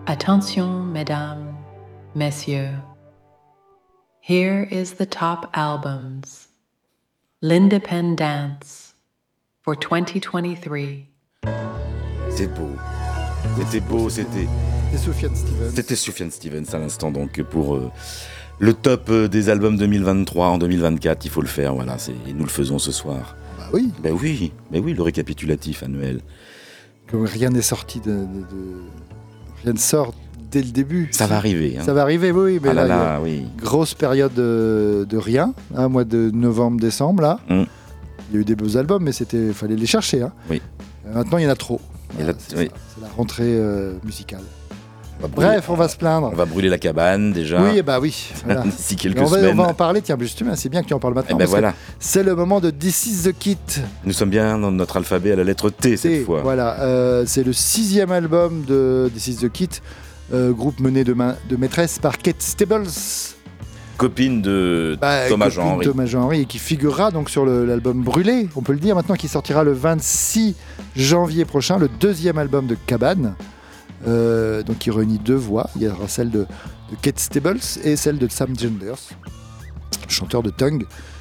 Attention, mesdames, messieurs. Here is the top albums. L'Independance for 2023. C'est beau. C'était beau, c'était Sufjan Stevens. C'était Sufjan Stevens à l'instant, donc pour le top des albums 2023 en 2024, il faut le faire, voilà, et nous le faisons ce soir. Bah oui. Mais oui, le récapitulatif annuel. Comme rien n'est sorti rien ne sort dès le début. Ça va arriver. Hein. Ça va arriver, oui, mais oui. Grosse période de rien, mois de novembre-décembre, là. Il y a eu des beaux albums, mais fallait les chercher. Hein. Oui. Maintenant, il y en a trop. Voilà, c'est la rentrée musicale. Bref, on va se plaindre. On va brûler la cabane déjà. Oui, oui. Voilà. D'ici quelques semaines. On va en parler. Tiens, justement, c'est bien que tu en parles maintenant. Voilà. C'est le moment de This Is The Kit. Nous sommes bien dans notre alphabet à la lettre T cette fois. Voilà. C'est le 6e album de This Is The Kit, groupe mené de maîtresse par Kate Stables. Copine de Thomas Jean-Henry, et qui figurera donc sur l'album Brûlé, on peut le dire maintenant, qui sortira le 26 janvier prochain, le 2e album de Cabane. Donc qui réunit 2 voix. Il y aura celle de Kate Stables et celle de Sam Genders, chanteur de Tongue,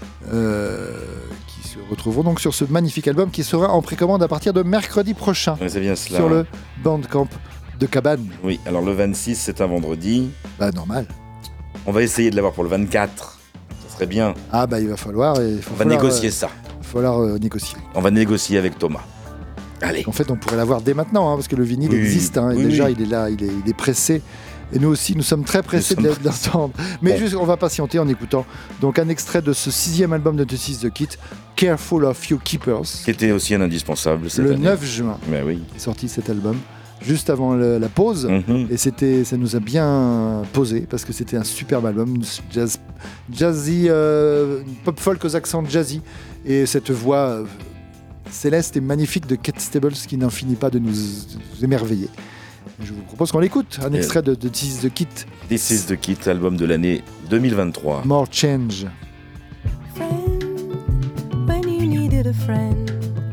qui se retrouveront donc sur ce magnifique album qui sera en précommande à partir de mercredi prochain. C'est bien cela. Sur le Bandcamp de Cabane. Oui, alors le 26 c'est un vendredi. Normal. On va essayer de l'avoir pour le 24. Ça serait bien. Il va falloir. On va négocier ça. Il va falloir négocier. On va négocier avec Thomas. Allez. En fait, on pourrait l'avoir dès maintenant, parce que le vinyle existe. Déjà, il est là, il est pressé. Et nous aussi, nous sommes très pressés de l'entendre. Mais juste, on va patienter en écoutant. Donc, un extrait de ce 6e album de This Is The Kit, Careful of You Keepers. Qui était aussi un indispensable cette année. 9 juin. Est sorti cet album. Juste avant la pause, et ça nous a bien posé parce que c'était un superbe album, jazzy, pop folk aux accents jazzy, et cette voix céleste et magnifique de Kate Stables qui n'en finit pas de nous émerveiller. Je vous propose qu'on l'écoute, un extrait de This Is The Kit. This Is The Kit, album de l'année 2023. More Change. Friend, when you needed a friend,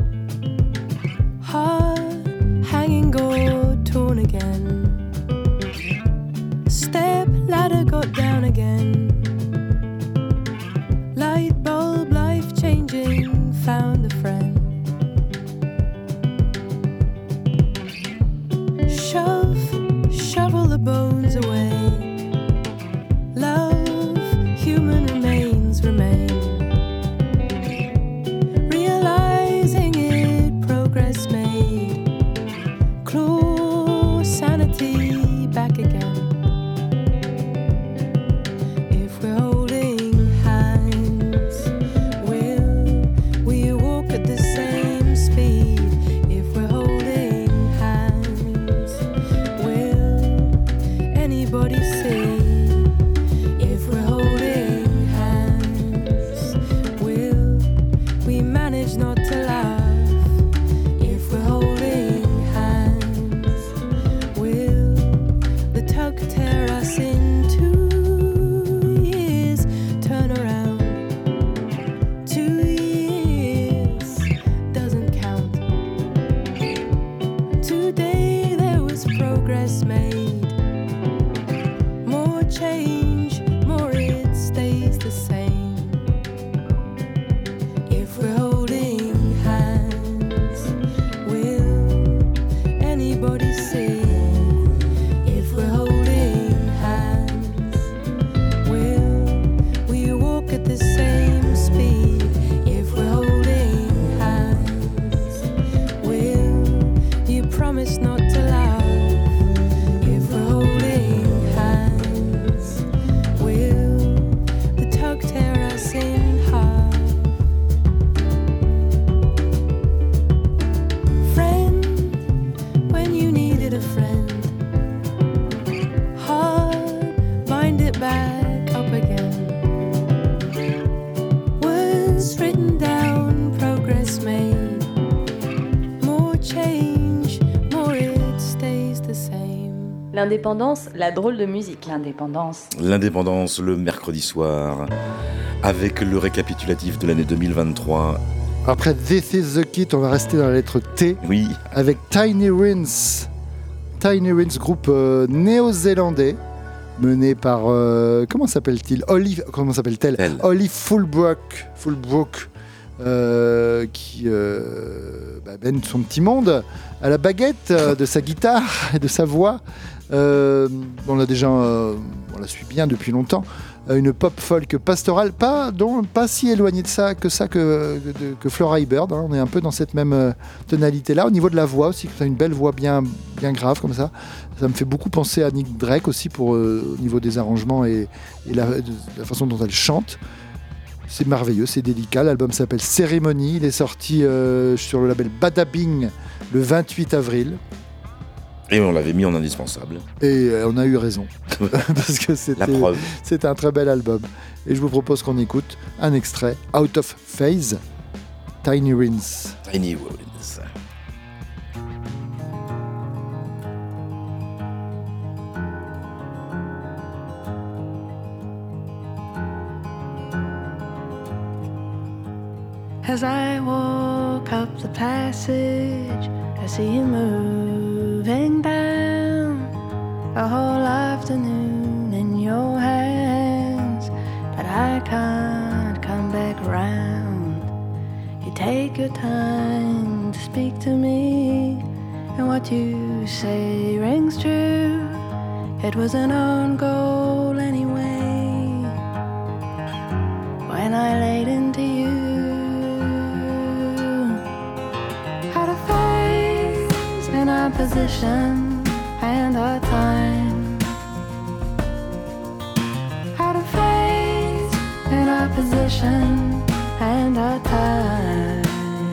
heart hanging gold torn again, step ladder got down again, light bulb life changing, found a friend, shovel the bones away, love human remains remain, realizing it progress made, claw sanity back again. If we're holding hands, will we walk at the same speed? If we're holding hands, will anybody see? If we're holding hands, will we manage not to laugh? If we're holding hands, will the tug tear us in 2 years? Turn around, 2 years doesn't count. Today there was progress made, more change, more it stays the same. If we're holding hands, will anybody see? If we're holding hands, will we walk at the same speed? If we're holding hands, will you promise not to laugh? If we're holding hands, will the tug tear us in half? Friend, when you needed a friend, heart, bind it back up again. Words written down, progress made, more change, more it stays the same. L'indépendance, la drôle de musique. L'indépendance le mercredi soir, avec le récapitulatif de l'année 2023. Après This Is The Kit, on va rester dans la lettre T. Oui. Avec Tiny Rins. Tiny Rins, groupe néo-zélandais, mené par, comment s'appelle-t-elle Olive Fullbrook, qui mène son petit monde à la baguette de sa guitare et de sa voix. On l'a déjà, on la suit bien depuis longtemps. Une pop folk pastorale, pas si éloignée de ça que Flora Hibberd. On est un peu dans cette même tonalité-là. Au niveau de la voix aussi, c'est une belle voix bien grave comme ça. Ça me fait beaucoup penser à Nick Drake aussi au niveau des arrangements et la façon dont elle chante. C'est merveilleux, c'est délicat. L'album s'appelle Ceremony. Il est sorti sur le label Badabing le 28 avril. Et on l'avait mis en indispensable. Et on a eu raison. Parce que c'était un très bel album. Et je vous propose qu'on écoute un extrait, Out of Phase, Tiny Rins. Tiny Rins. As I walk up the passage, I see you moving down. A whole afternoon in your hands, but I can't come back round. You take your time to speak to me, and what you say rings true. It was an own goal anyway, when I laid into you. In our position and our time, out of phase in our position and our time,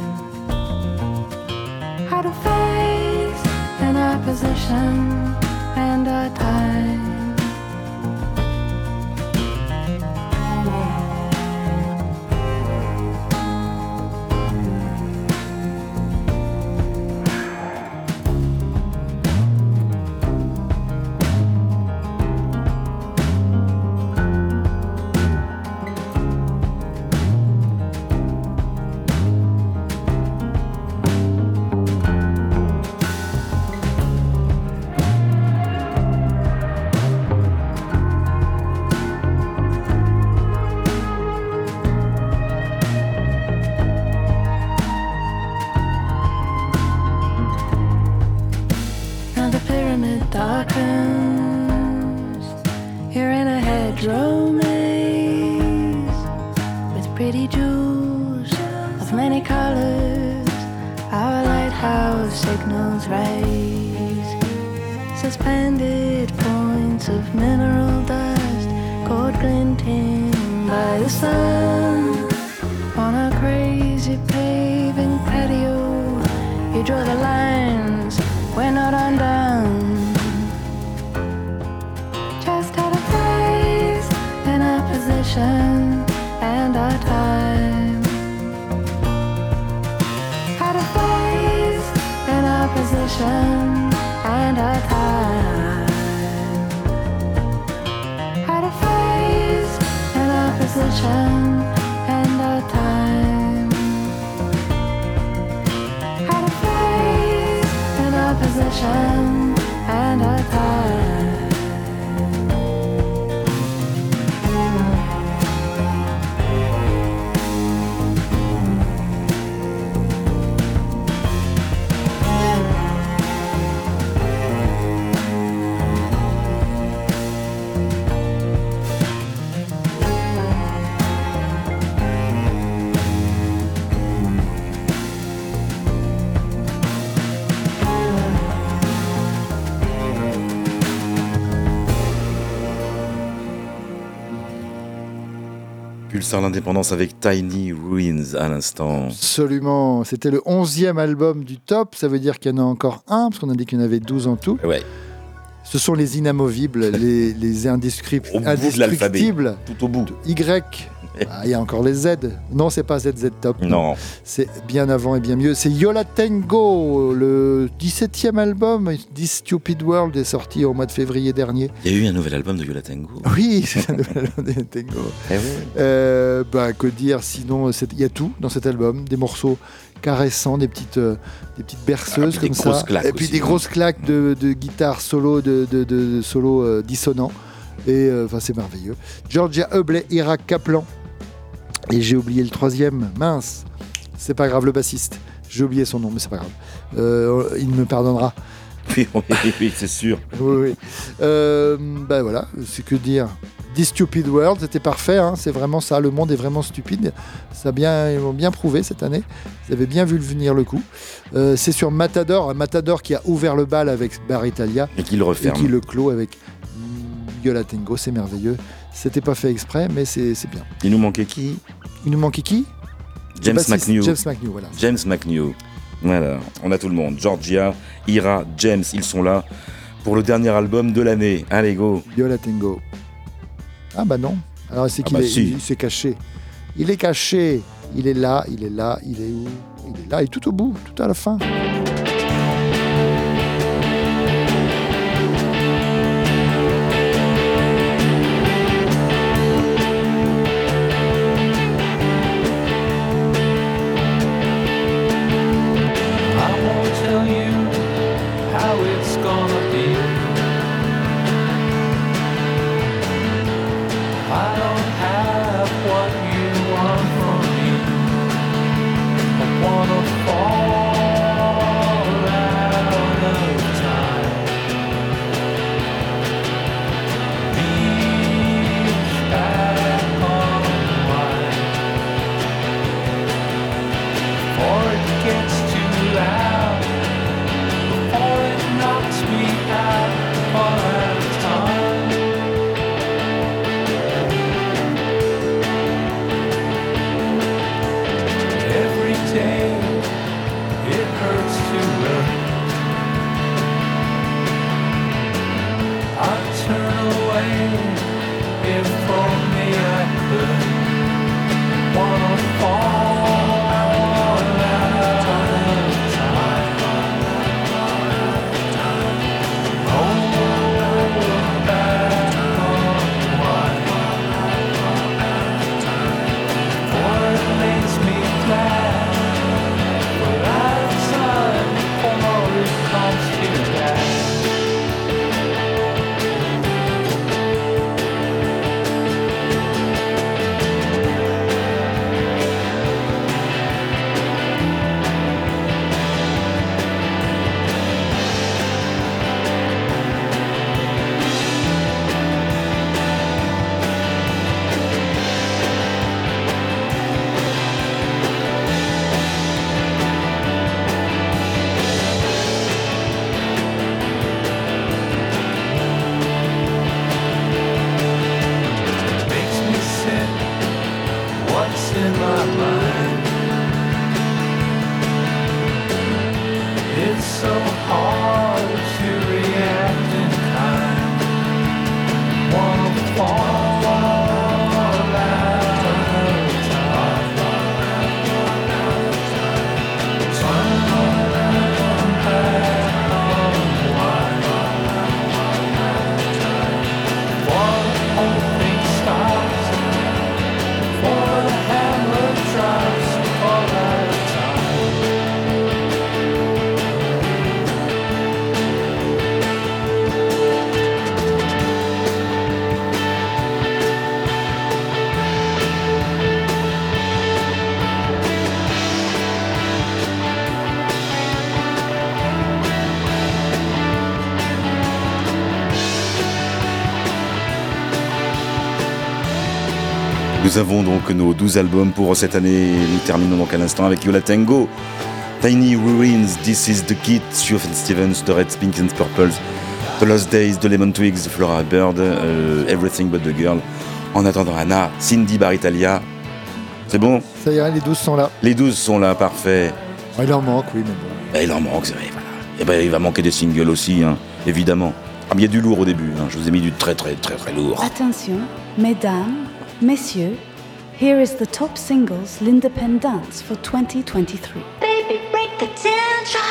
out of phase in our position and our time. Darkens, you're in a hedgerow maze with pretty jewels of many colors. Our lighthouse signals raise suspended points of mineral dust, gold glinting by the sun. On a crazy paving patio, you draw the lines, we're not undone. And our time, out of phase in our position and our time, out of phase in our position and our time, out of phase in our position and our time. Pulsar l'indépendance avec Tiny Ruins à l'instant. Absolument, c'était le 11e album du top, ça veut dire qu'il y en a encore un, parce qu'on a dit qu'il y en avait 12 en tout. Ouais. Ce sont les inamovibles, les indescriptibles. Tout au bout. Y. Il y a encore les Z. Non, c'est pas ZZ Top. Non. C'est bien avant et bien mieux. C'est Yo La Tengo, le 17e album. This Stupid World est sorti au mois de février dernier. Il y a eu un nouvel album de Yo La Tengo. Oui, c'est un nouvel album de Yo La Tengo. Oui. Que dire sinon, il y a tout dans cet album. Des morceaux caressant, des petites berceuses comme ça. Et puis aussi, des grosses claques de guitare solo, de solo dissonant. Et c'est merveilleux. Georgia Hubley, Ira Kaplan. Et j'ai oublié le troisième. Mince, c'est pas grave, le bassiste. J'ai oublié son nom, mais c'est pas grave. Il me pardonnera. Oui, c'est sûr. Oui. Voilà, c'est que dire. This Stupid World, c'était parfait, hein, c'est vraiment ça, le monde est vraiment stupide. Ils m'ont bien prouvé cette année, ils avaient bien vu venir le coup. C'est sur Matador qui a ouvert le bal avec Bar Italia et qui le referme. Et qui le clôt avec Yo La Tengo, c'est merveilleux. C'était pas fait exprès, mais c'est bien. Il nous manquait qui James McNew, voilà. James McNew. Voilà, on a tout le monde. Georgia, Ira, James, ils sont là pour le dernier album de l'année. Allez, go. Yo La Tengo. Ah bah non. Alors c'est qu'il il s'est caché. Il est caché. Il est là. Il est où ? Il est là. Il est tout au bout, tout à la fin. Nous avons donc nos 12 albums pour cette année. Nous terminons donc à l'instant avec Yo La Tengo, Tiny Ruins, This Is The Kid, Sufjan Stevens, The Reds, Pinks and Purples, The Lost Days, The Lemon Twigs, The Flora Bird, Everything But The Girl. En attendant Anna, Cindy Bar Italia. C'est bon ? Ça ira, les 12 sont là. Les 12 sont là, parfait. Il en manque, oui, mais bon. Il en manque, c'est vrai, voilà. Et ben, il va manquer des singles aussi, hein, évidemment. Ah, mais il y a du lourd au début, hein. Je vous ai mis du très lourd. Attention, mesdames, messieurs, here is the top singles l'Independence for 2023. Baby, break the tension.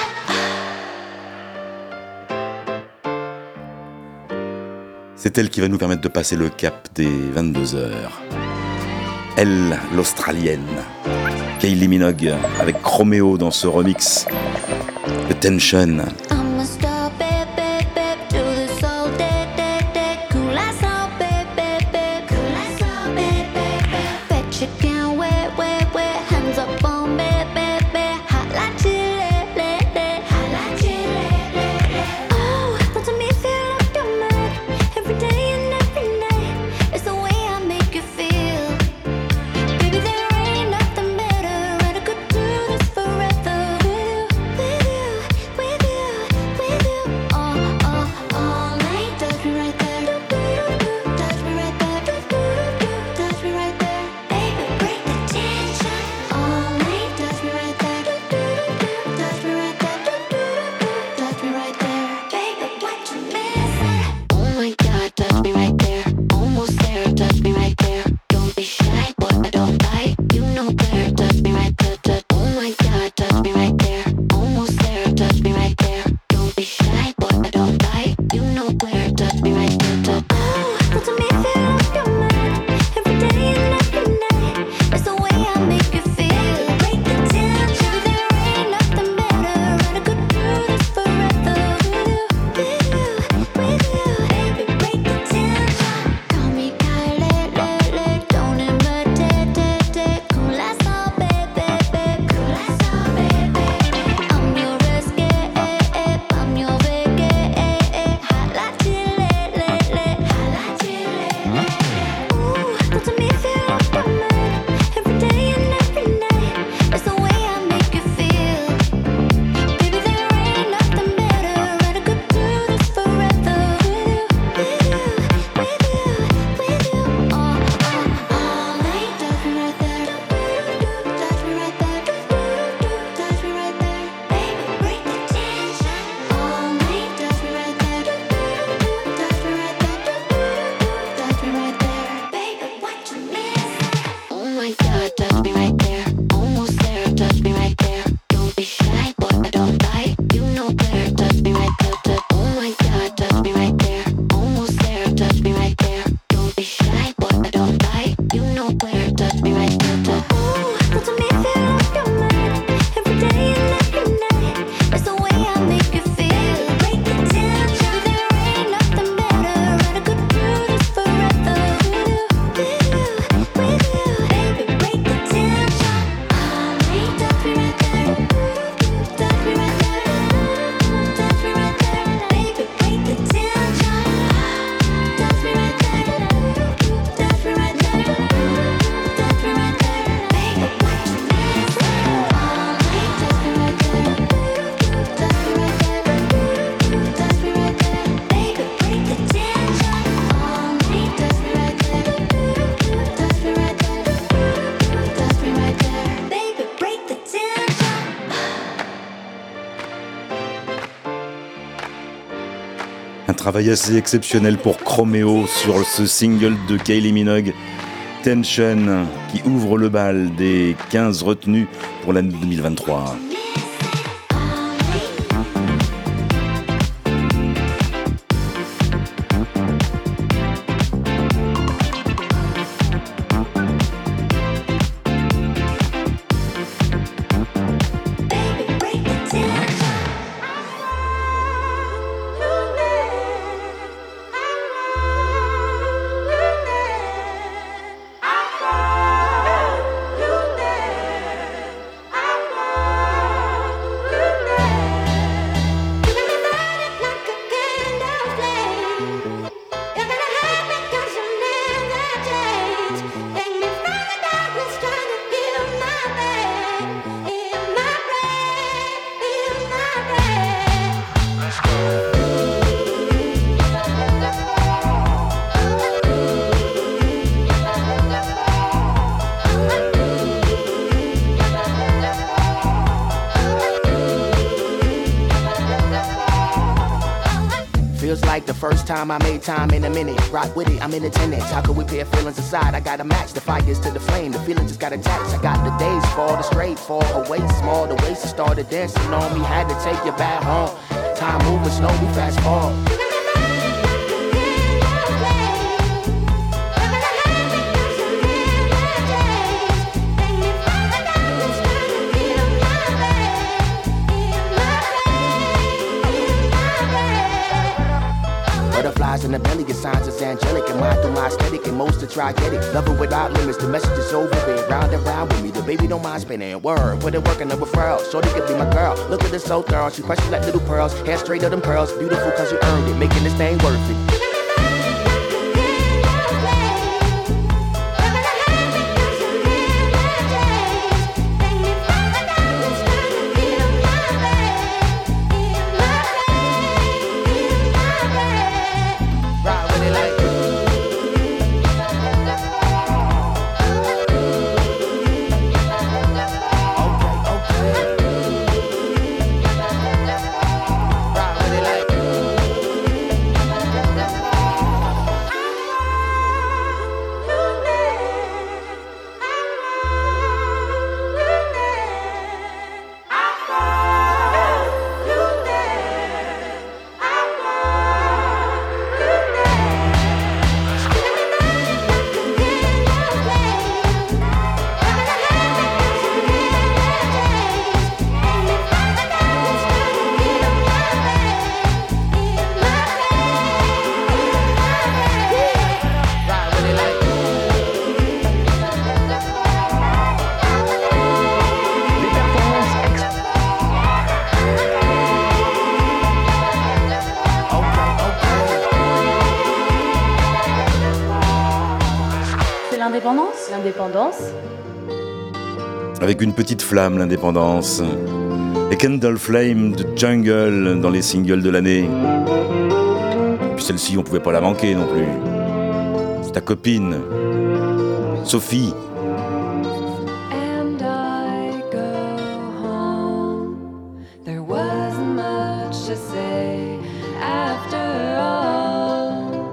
C'est elle qui va nous permettre de passer le cap des 22 heures. Elle, l'Australienne. Kylie Minogue avec Chromeo dans ce remix de Tension. Travail assez exceptionnel pour Chromeo sur ce single de Kylie Minogue, Tension, qui ouvre le bal des 15 retenues pour l'année 2023. Time I made time in a minute, rock with it, I'm in attendance. How could we pair feelings aside? I gotta match the fires to the flame, the feeling just got attached. I got the days fall, the straight fall away, small, the waist started dancing on me, had to take you back home. Time moving slowly, fast forward. rise in the belly, your signs is angelic. And mine through my aesthetic, and most to try get it. Loving without limits, the message is over it. Round and round with me, the baby don't mind spinning. Word, put it work in the referral. Shorty could be my girl. Look at this so thorough, she precious like little pearls. Hair straight of them curls, beautiful cause you earned it. Making this thing worth it. L'indépendance. Avec une petite flamme, l'indépendance. Les Candle Flame de Jungle dans les singles de l'année. Et puis celle-ci, on pouvait pas la manquer non plus. C'est ta copine, Sophie. And I go home. There wasn't much to say after all.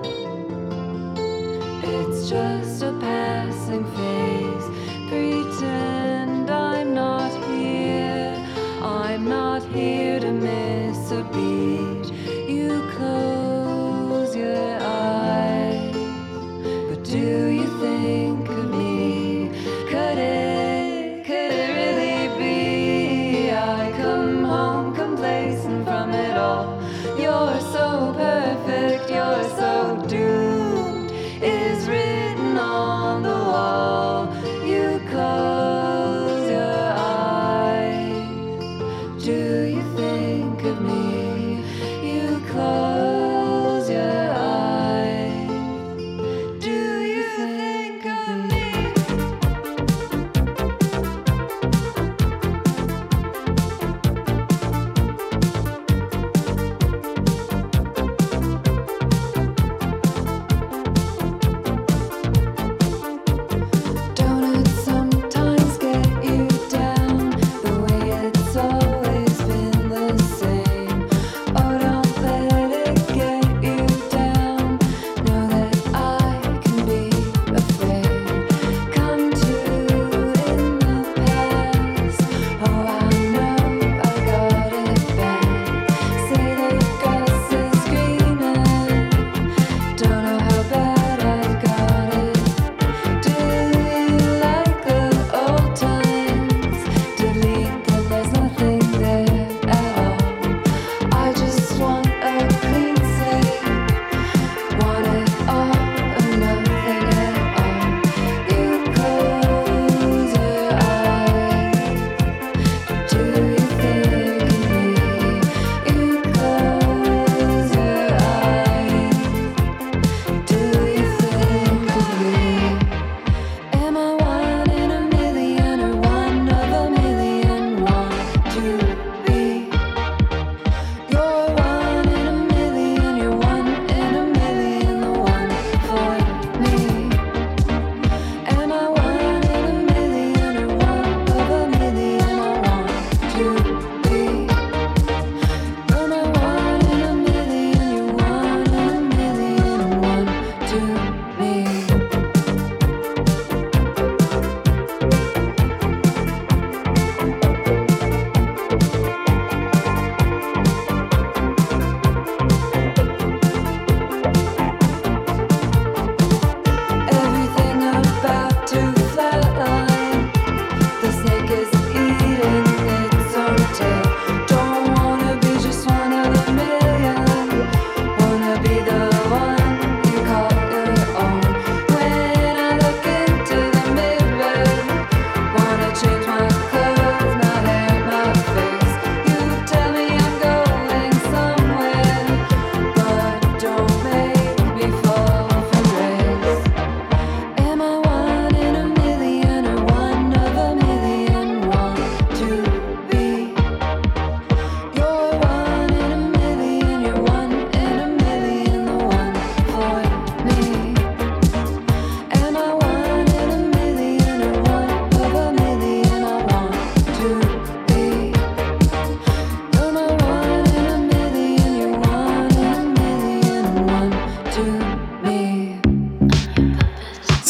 It's just a passing phase. Pretend I'm not here. I'm not here to miss a beat. You close your eyes, but do you think of me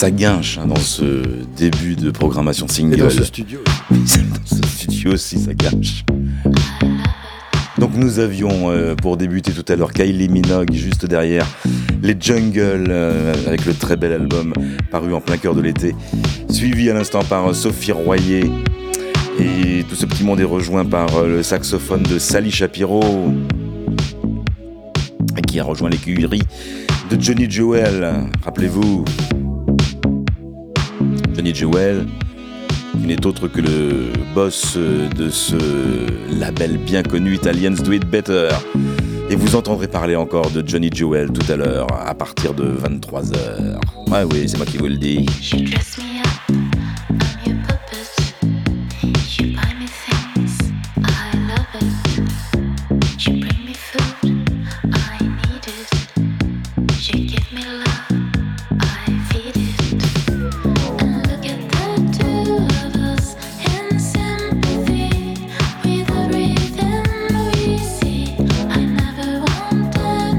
Ça guinche dans ce début de programmation single. Et dans ce studio. Dans ce studio aussi, ça guinche. Donc nous avions, pour débuter tout à l'heure, Kylie Minogue juste derrière, les Jungles, avec le très bel album paru en plein cœur de l'été, suivi à l'instant par Sophie Royer. Et tout ce petit monde est rejoint par le saxophone de Sally Shapiro, qui a rejoint l'écurie de Johnny Jewel. Rappelez-vous, Johnny Jewel, qui n'est autre que le boss de ce label bien connu, Italians Do It Better. Et vous entendrez parler encore de Johnny Jewel tout à l'heure, à partir de 23h. Ouais, oui, c'est moi qui vous le dis.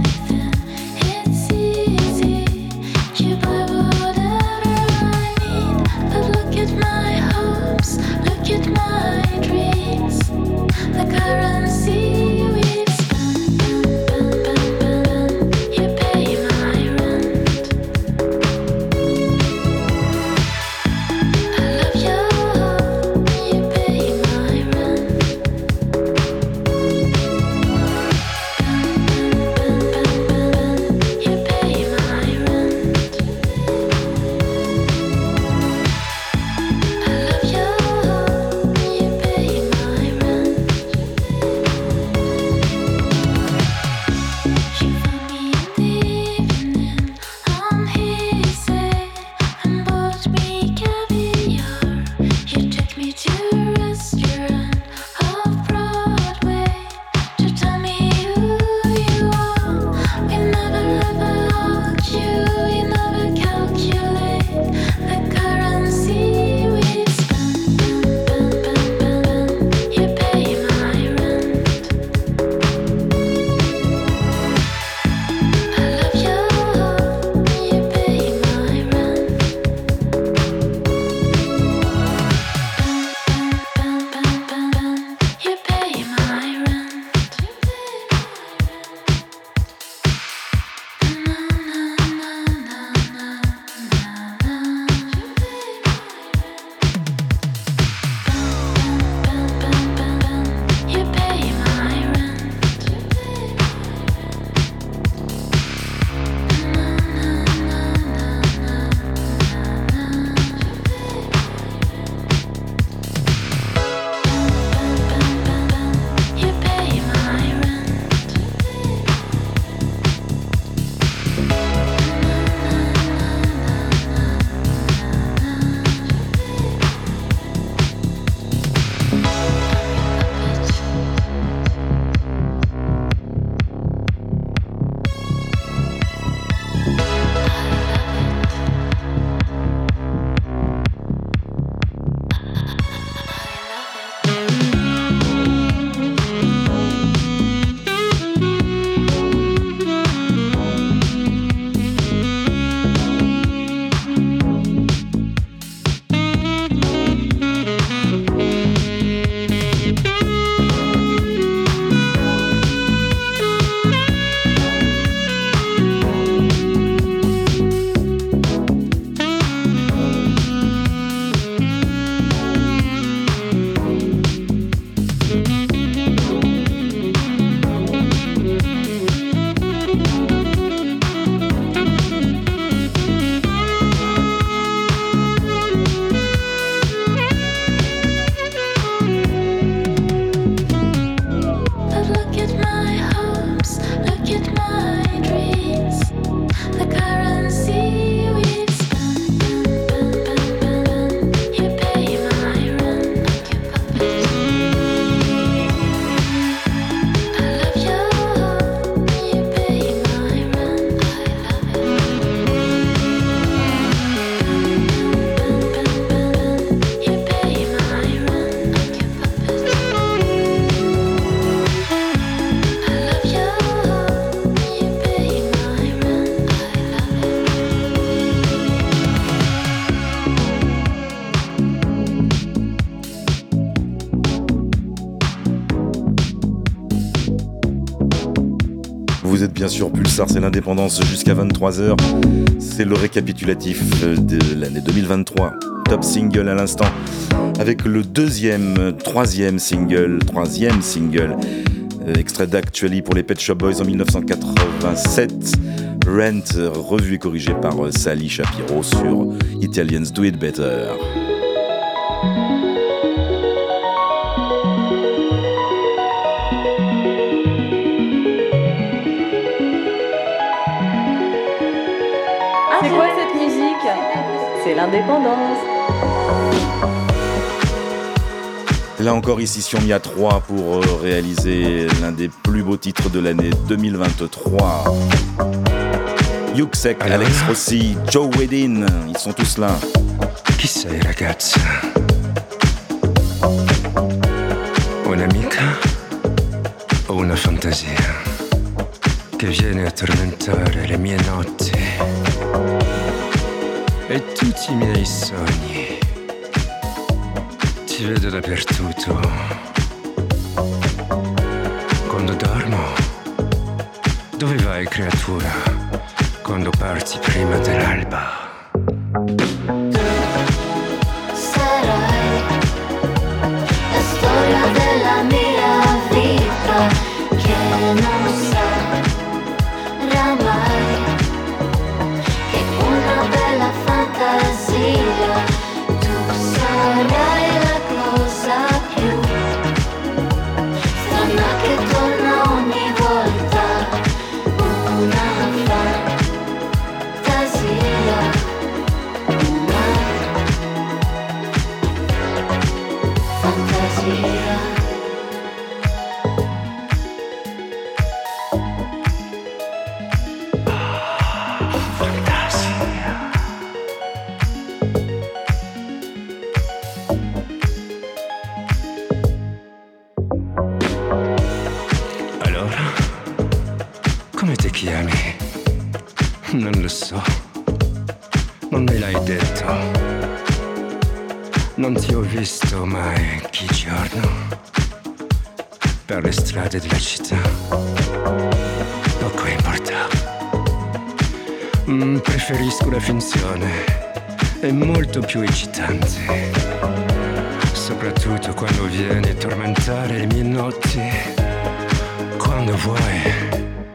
You buy whatever I need. bien sûr, Pulsar, c'est l'indépendance jusqu'à 23h. C'est le récapitulatif de l'année 2023. Top single à l'instant, avec le troisième single, extrait d'Actually pour les Pet Shop Boys en 1987. Rent, revu et corrigé par Sally Shapiro sur Italians Do It Better. C'est quoi cette musique? C'est l'indépendance. Là encore, ici, si on y a 3 pour réaliser l'un des plus beaux titres de l'année 2023. Yuxek, Alex Rossi, Joe Wedin, ils sont tous là. Chi sei, ragazza? Un'amica o una fantasia che viene a tormentare le mie notti e tutti i miei sogni? Ti vedo dappertutto. Quando dormo, dove vai, creatura? Quando parti prima dell'alba. Sarai la storia della mia vita che non sarà mai che una bella fantasia. Sarai la cosa più strana che torna ogni volta, una fantasia, una fantasia. Non lo so, non me l'hai detto, non ti ho visto mai che giorno per le strade della città, poco importa, preferisco la finzione, è molto più eccitante, soprattutto quando vieni a tormentare le mie notti, quando vuoi.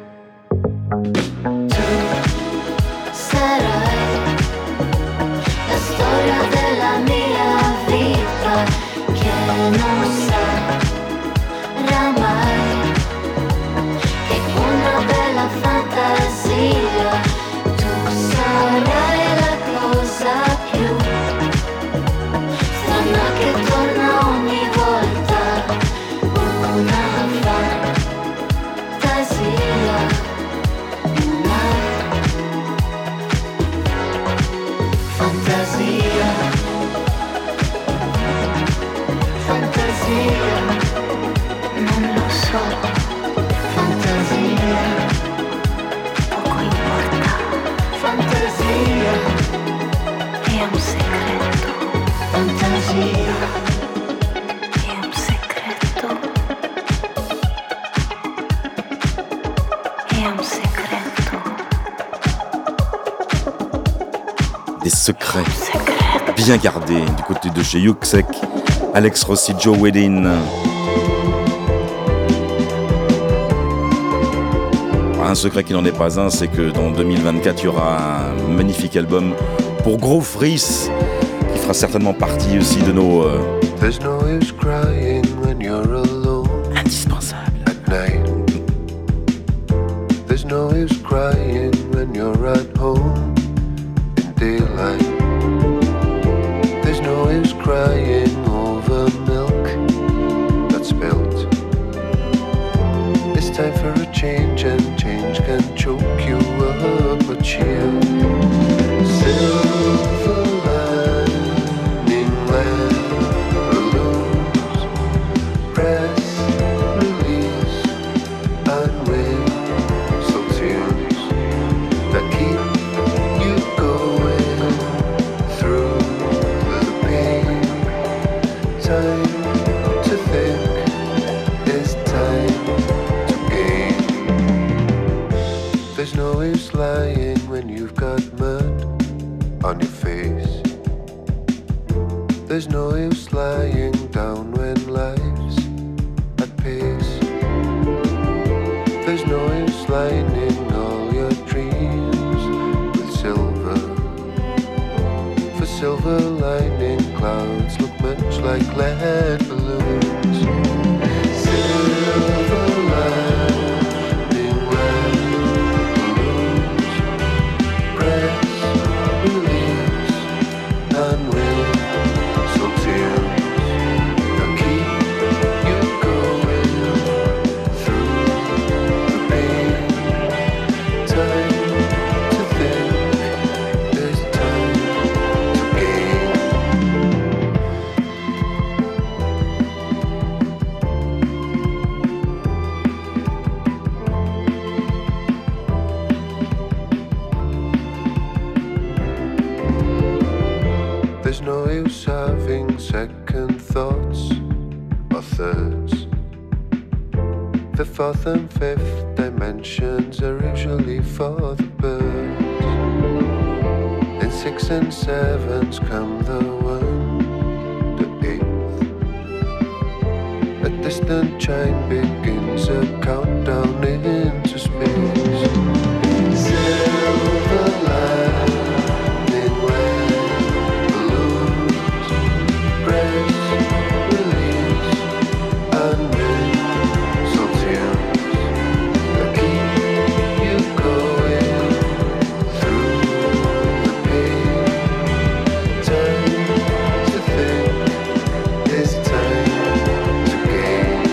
Secret bien gardé du côté de chez Yuxek, Alex Rossi, Joe Wedin. Un secret qui n'en est pas un, c'est que dans 2024 il y aura un magnifique album pour Gros Fris qui fera certainement partie aussi de nos indispensables. There's no use crying when you're at home. Daylight. There's no use crying over milk that's spilled. It's time for a change, and change can choke you up. But chill, silver lining balloons, press, release, and whistle tunes that keep you going. Time to think, it's time to gain. There's no use lying when you've got mud on your face. There's no use lying down when life's at pace. There's no use lining all your dreams with silver. For silver lining clouds look much like lead balloons. Silver lining lead balloons. Press, release, and whistle tunes. They'll keep you going through the pain. Time to think, there's time to gain. There's no use having second thoughts or thirds. The fourth and fifth dimensions are usually for the birds. In 6 and 7s come the 1, the 8th. A distant chime begins a countdown into space. Silver lining lead balloons. Press, release, and whistle tunes. They'll keep you going through the pain. Time to think, it's time to gain.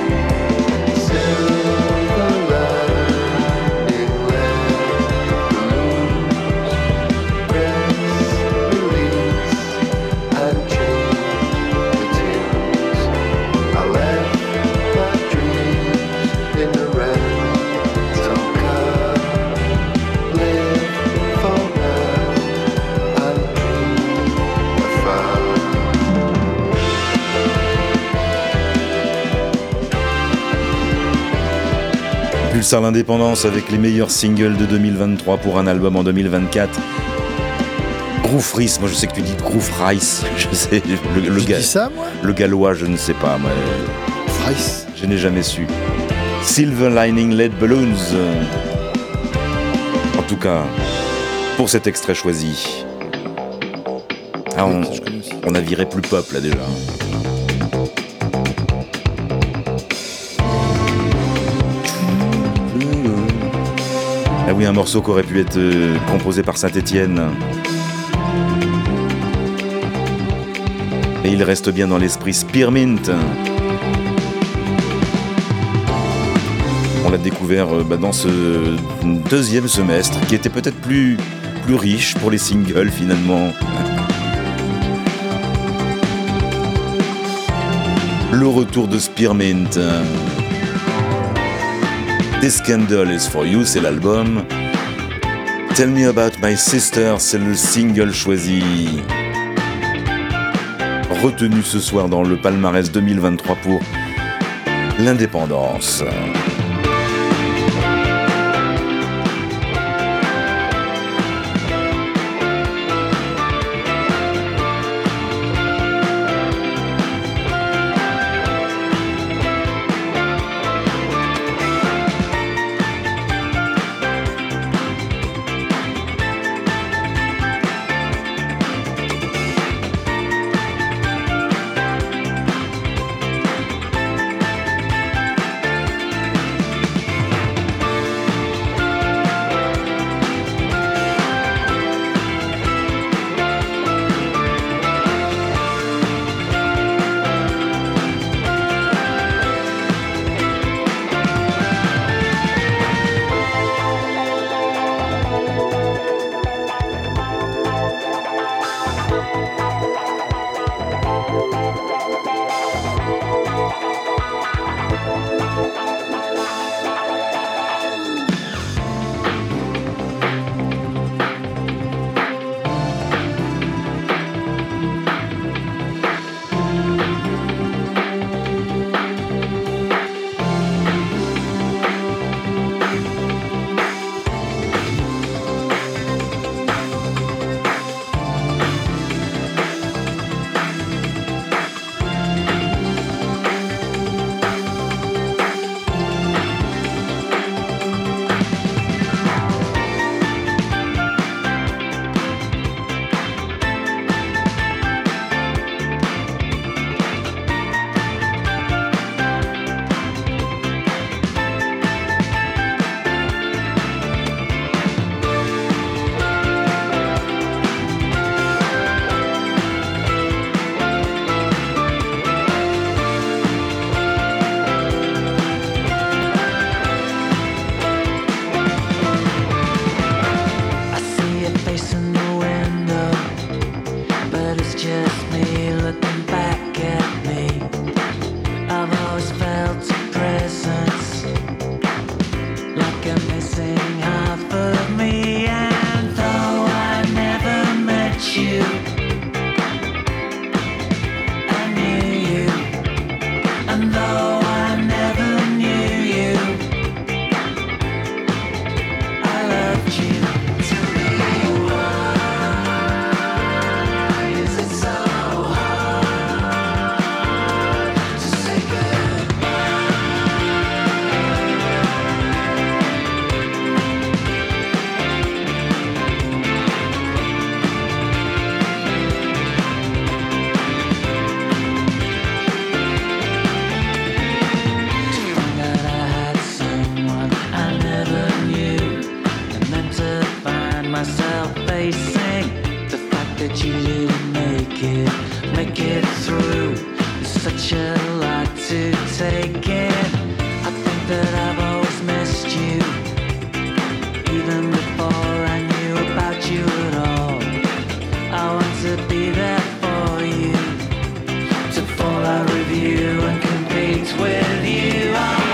Silver lining lead balloons. Press, release, and change the tunes. I left my dreams in the rental car. Live for now and dream afar. Pulsar l'indépendance avec les meilleurs singles de 2023 pour un album en 2024. Groove Rice, moi je sais que tu dis Groove Rice, je sais, le Je dis ça, moi le gallois je ne sais pas, moi, Rice. je n'ai jamais su. Silver Lining Lead Balloons. En tout cas, pour cet extrait choisi. Ah, on a viré plus pop là déjà. Ah oui, un morceau qui aurait pu être composé par Saint-Étienne. Et il reste bien dans l'esprit Spearmint. On l'a découvert dans ce deuxième semestre, qui était peut-être plus riche pour les singles finalement. Le retour de Spearmint. This Candle is for You, c'est l'album. Tell Me About My Sister, c'est le single choisi. Retenu ce soir dans le palmarès 2023 pour l'indépendance. make it through. It's such a lot to take in. I think that I've always missed you, even before I knew about you at all. I want to be there for you, to fall out with you and compete with you.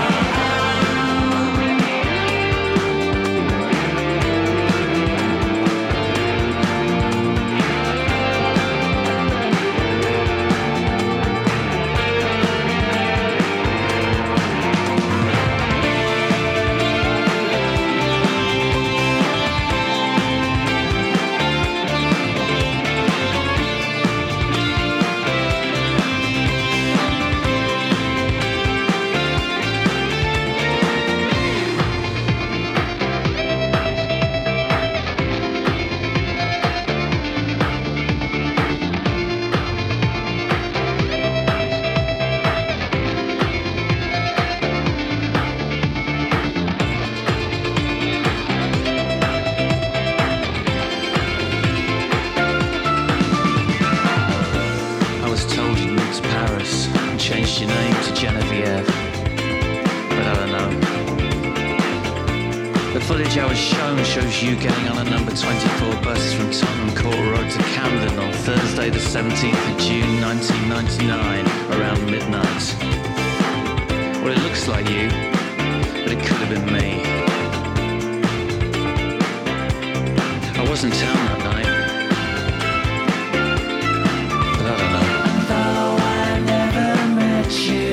Shows you getting on a number 24 bus from Tottenham Court Road to Camden on Thursday the 17th of June 1999 around midnight. Well, it looks like you, but it could have been me. I was in town that night, but I don't know. And though I never met you,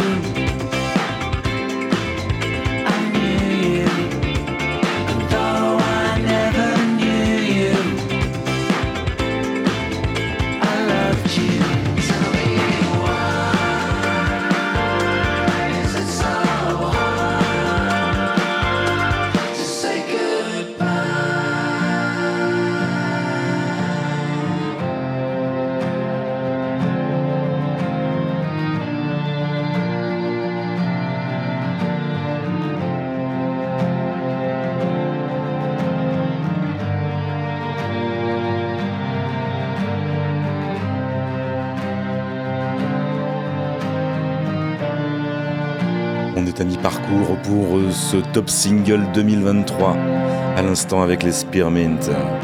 À mi-parcours pour ce top single 2023, à l'instant avec les Spearmint.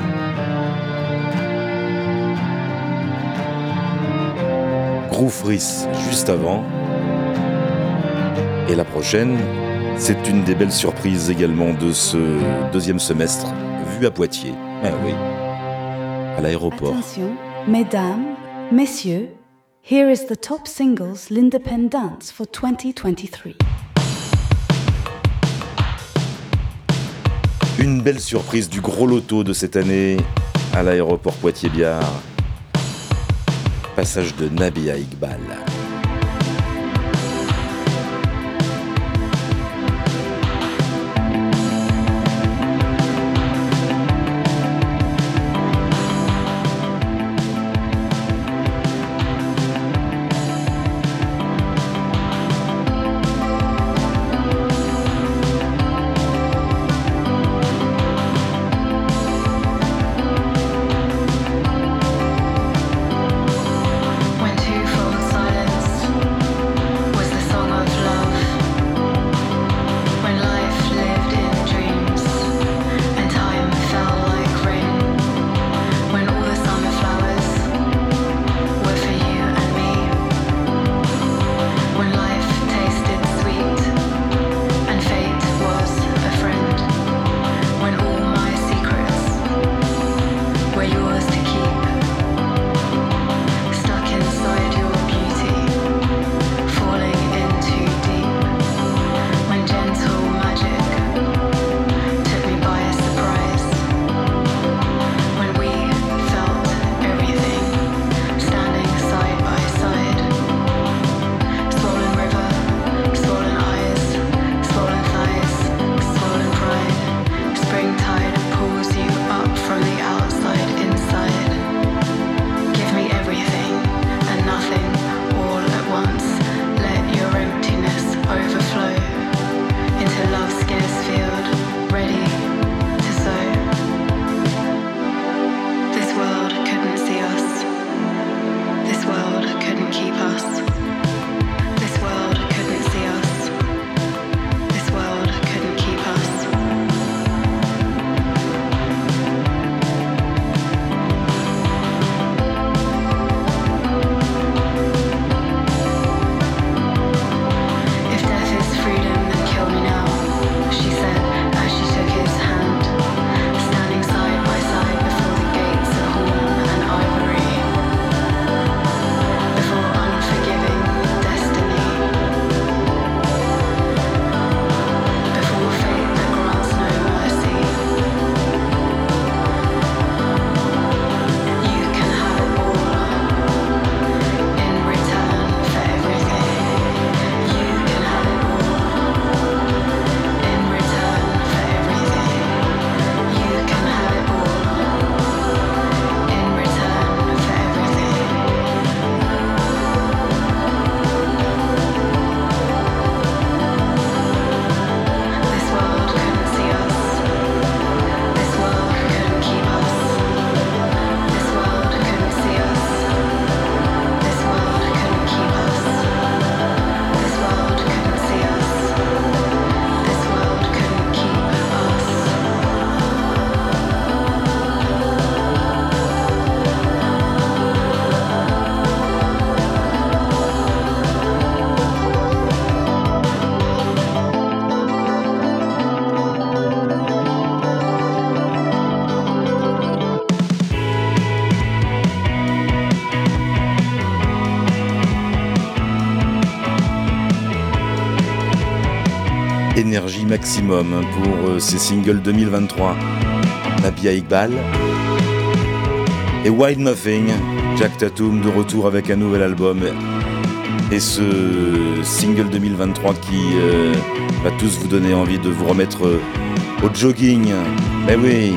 Groove Freeze juste avant. Et la prochaine, c'est une des belles surprises également de ce deuxième semestre, vu à Poitiers. Ah oui, à l'aéroport. Attention, mesdames, messieurs, here is the top singles l'Independence for 2023. Une belle surprise du gros loto de cette année à l'aéroport Poitiers-Biard. Passage de Nabia Iqbal. When two fall silent énergie maximum pour ces singles 2023. Nabia Iqbal et Wild Nothing, Jack Tatum de retour avec un nouvel album et ce single 2023 qui va tous vous donner envie de vous remettre au jogging. Mais oui.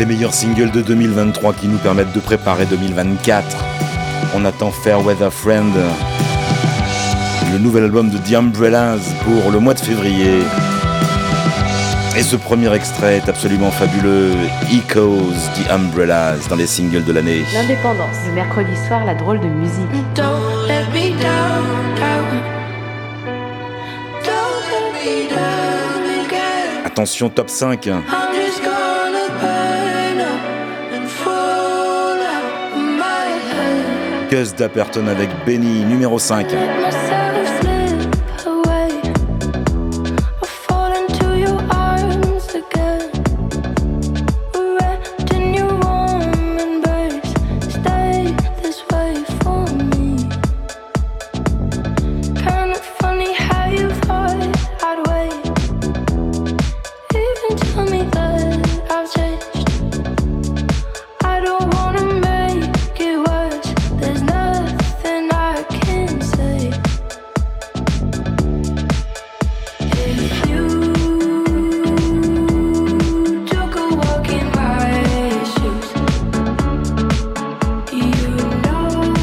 Les meilleurs singles de 2023 qui nous permettent de préparer 2024. On attend Fairweather Friend, le nouvel album de The Umbrellas pour le mois de février. Et ce premier extrait est absolument fabuleux. Echoes, The Umbrellas, dans les singles de l'année. L'indépendance. Le mercredi soir, la drôle de musique. Don't let me down, down. Don't let me down again. Attention, top 5. I'm just gonna burn up and fall out of my head. Gus Dapperton avec Benny, numéro 5. Let myself slip away. I fall into your arms again. Wrapped in your warm embrace. Stay this way for me. Kinda funny how you thought I'd wait. Even tell me that I've changed. I don't wanna make it worse. There's nothing I can say. If you took a walk in my shoes, you know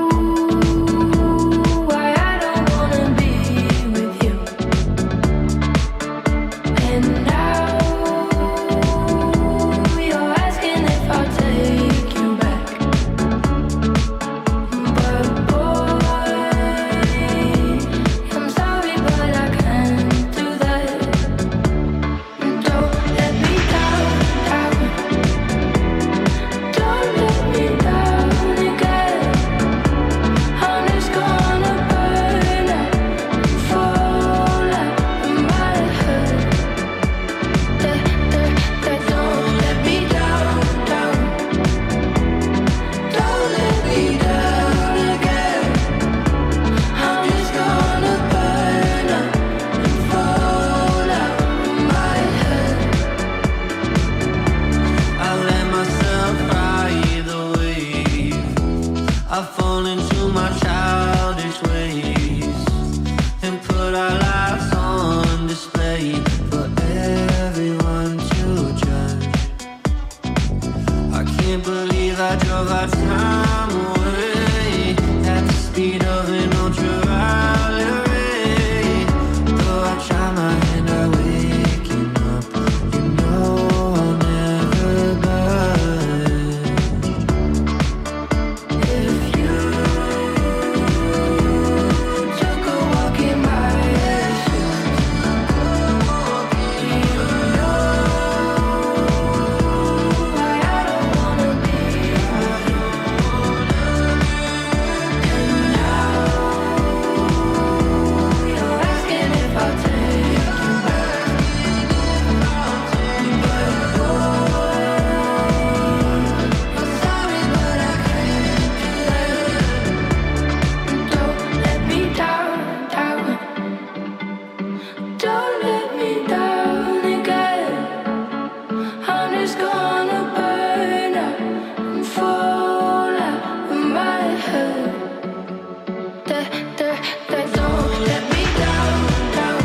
why I don't wanna be with you. And now you're asking if I'll take you back. But boy, I'm sorry, but I can't do that. Don't let me down, down. Don't let me down again. I'm just gonna burn out and fall out of my head. Don't let me down, down. Don't let me down again. I'm just gonna burn up and fall out of my head. I let myself ride the wave. I fall into my childish ways and put our lives on display for everyone to judge. I can't believe I drove our time away at the speed of an ultraviolet ray. Though I try my hand at waking up, you know I'll never budge. If you took a walk in my shoes, you know why I don't wanna be with you. And now you're asking if I'll take you back. But boy, I'm sorry, but I can't do that. Don't let me down, down. Don't let me down again. I'm just gonna burn up and fall out of my head. Don't let me down, down.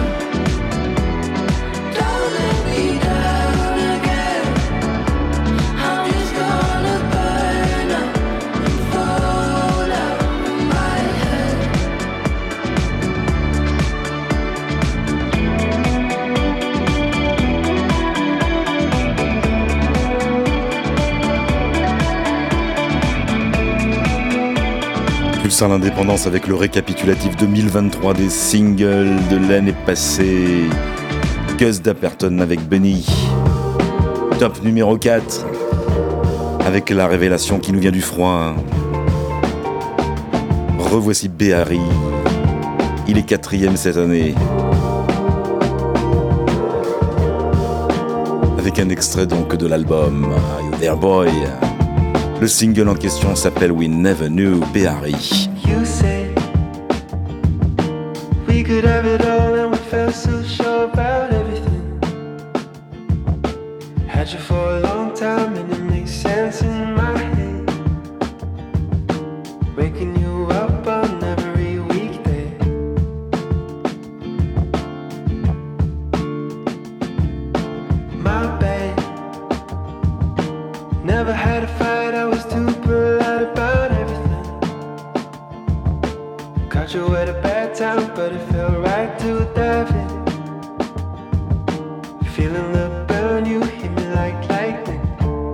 Don't let me down again. I'm just gonna burn up and fall out of my head. Pulsar l'indépendance avec le récapitulatif 2023 des singles de l'année passée. Gus Dapperton avec Benny. Top numéro 4 avec la révélation qui nous vient du froid. Revoici Béhari. Il est 4e cette année. Avec un extrait donc de l'album Are You There Boy. Le single en question s'appelle We Never Knew, Béhari. You said we could have it all and we felt so sure about everything. Had you for a long time and it makes sense in my head. Waking you up on every weekday. My bad. out, but it felt right to dive in. Feeling the burn, you hit me like lightning.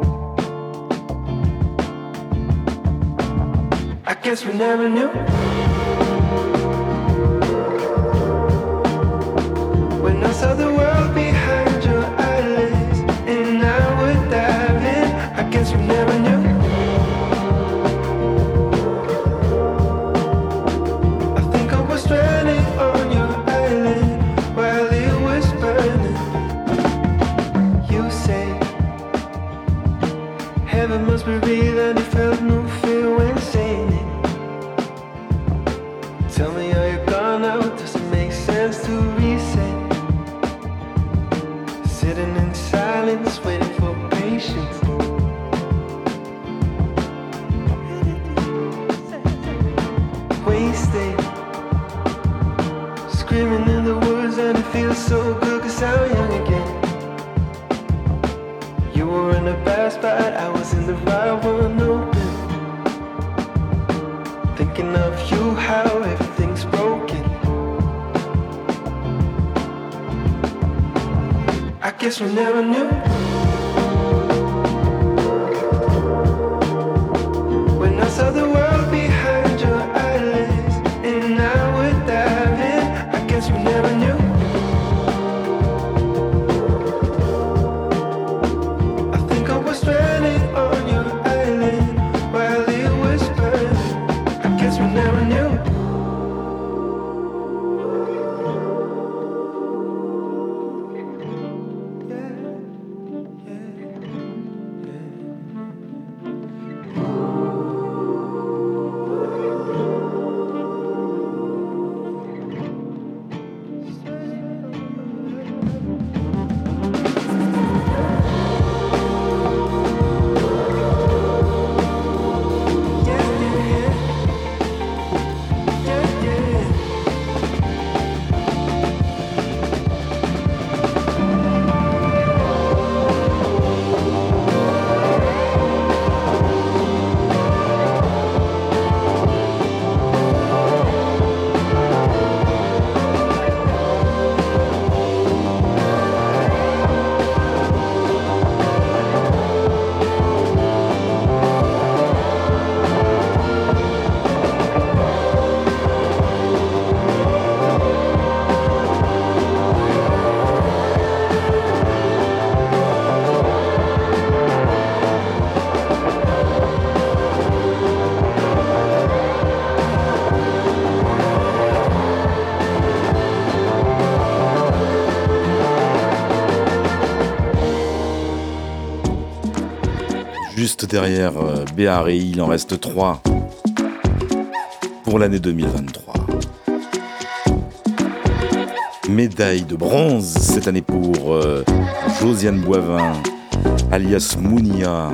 I guess we never knew. When I saw the world behind your eyelids, and I would dive in. I guess we never knew. I think I was stranded on your island while it was burning. You say heaven must be real, and it felt no fear when saying it. Tell me, are you gone now? Does it make sense to reset? Sitting in silence, waiting for patience. Wasted, screaming in the woods, and it feels so good 'cause I'm young again. You were in the bad spot, I was in the right one open. Thinking of you, how everything's broken. I guess we never knew. When I saw the world behind your eyelids, and I would dive in. I guess we never knew. I think I was stranded on your island while it was burning. I guess we never knew. Juste derrière Béharé, il en reste 3 pour l'année 2023. Médaille de bronze cette année pour Josiane Boivin, alias Mounia.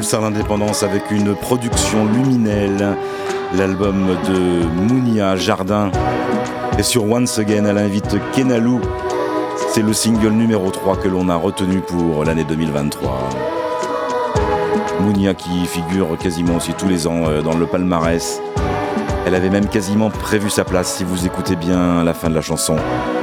Pulsar l'indépendance avec une production luminelle, l'album de Mounia Jardin. Et sur Once Again, elle invite Kenalou. C'est le single numéro 3 que l'on a retenu pour l'année 2023. Mounia qui figure quasiment aussi tous les ans dans le palmarès. Elle avait même quasiment prévu sa place si vous écoutez bien la fin de la chanson.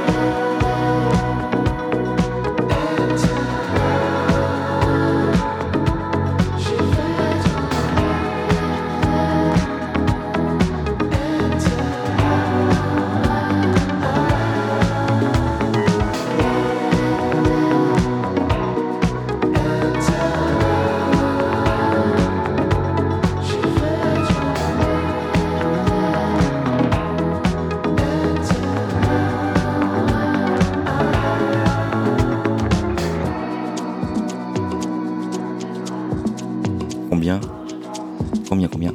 Combien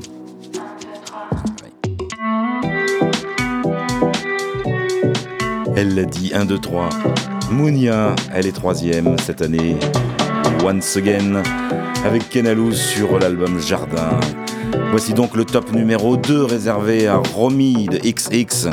Elle l'a dit, 1, 2, 3. Mounia, elle est 3e cette année. Once Again, avec Kenalou sur l'album Jardin. Voici donc le top numéro 2 réservé à Romy de XX.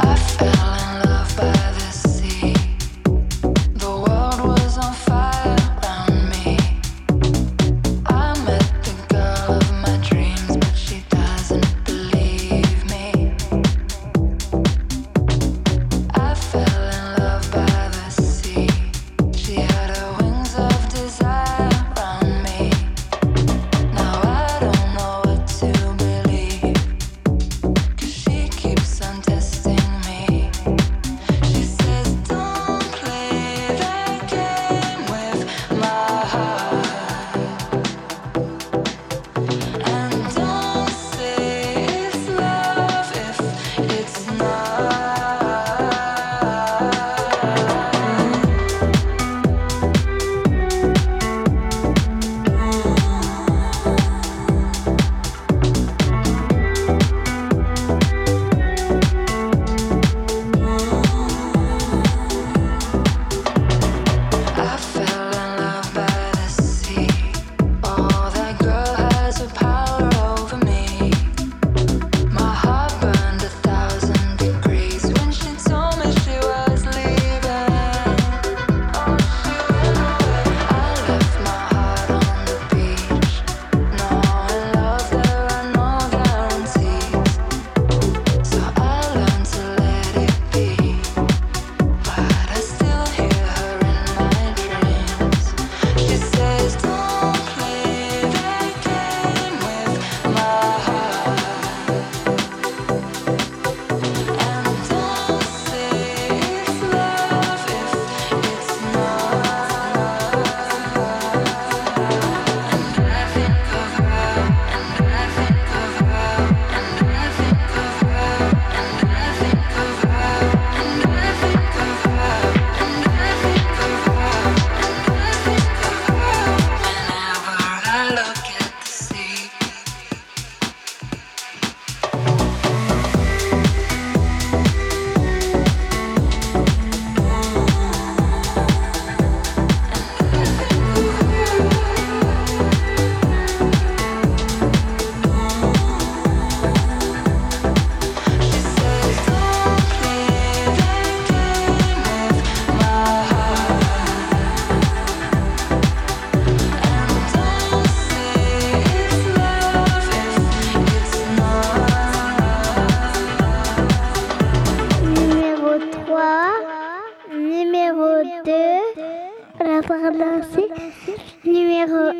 Numéro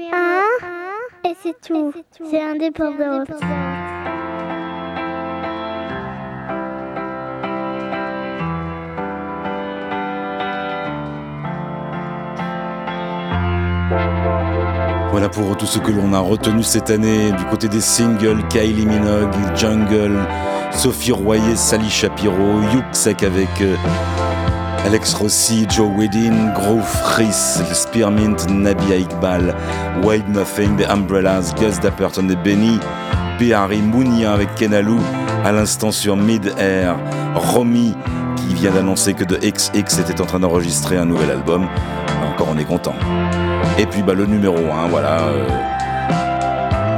1, et c'est tout. C'est indépendant. Voilà pour tout ce que l'on a retenu cette année du côté des singles. Kylie Minogue, Jungle, Sophie Royer, Sally Shapiro, Yuxek avec Alex Rossi, Joe Wedin, Grove Fris, Spearmint, Nabia Iqbal, Wild Nothing, The Umbrellas, Gus Dapperton et Benny, Behari, Mounia avec Kenalou, à l'instant sur Mid-Air, Romy qui vient d'annoncer que The XX était en train d'enregistrer un nouvel album. Encore on est content. Et puis le numéro 1, voilà,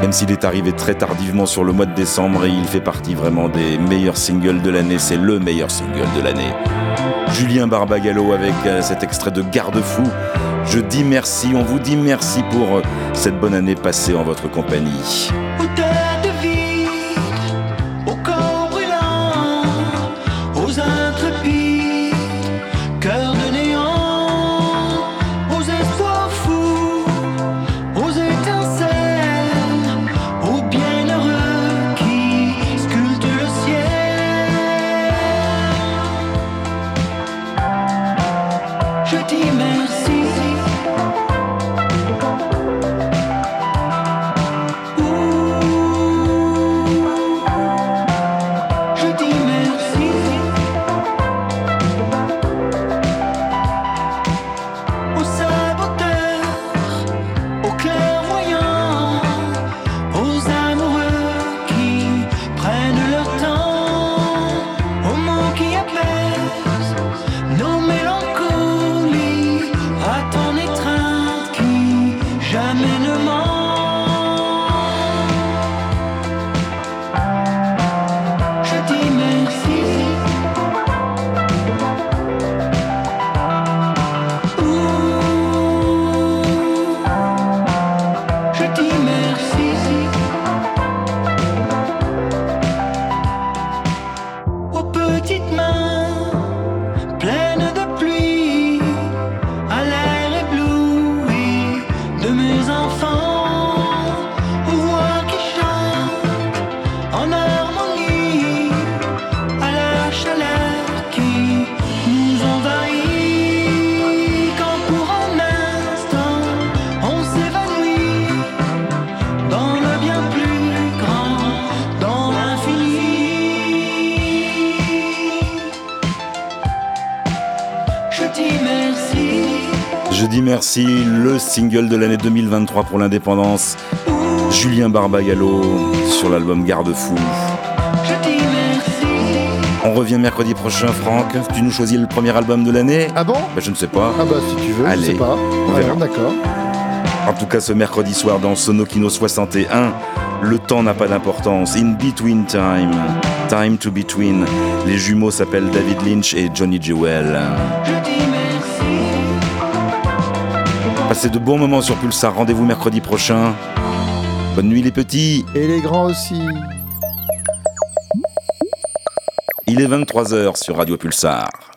Même s'il est arrivé très tardivement sur le mois de décembre, et il fait partie vraiment des meilleurs singles de l'année, c'est le meilleur single de l'année. Julien Barbagallo avec cet extrait de Garde-fou. Je dis merci, on vous dit merci pour cette bonne année passée en votre compagnie. Aux têtes vides, aux corps brûlants, aux intrépides, cœurs de néant, aux espoirs fous, aux étincelles, aux bienheureux qui sculptent le ciel. Je dis merci. Je dis merci, le single de l'année 2023 pour l'indépendance. Julien Barbagallo sur l'album Garde-fou. On revient mercredi prochain, Franck. Tu nous choisis le premier album de l'année? Ah bon? Je ne sais pas. Ah bah si tu veux, allez, je sais pas. On verra. Alors, d'accord. En tout cas, ce mercredi soir dans Sonokino 61, le temps n'a pas d'importance. In Between Time, Time to Between. Les jumeaux s'appellent David Lynch et Johnny Jewel. Passez de bons moments sur Pulsar. Rendez-vous mercredi prochain. Bonne nuit les petits. Et les grands aussi. Il est 23h sur Radio Pulsar.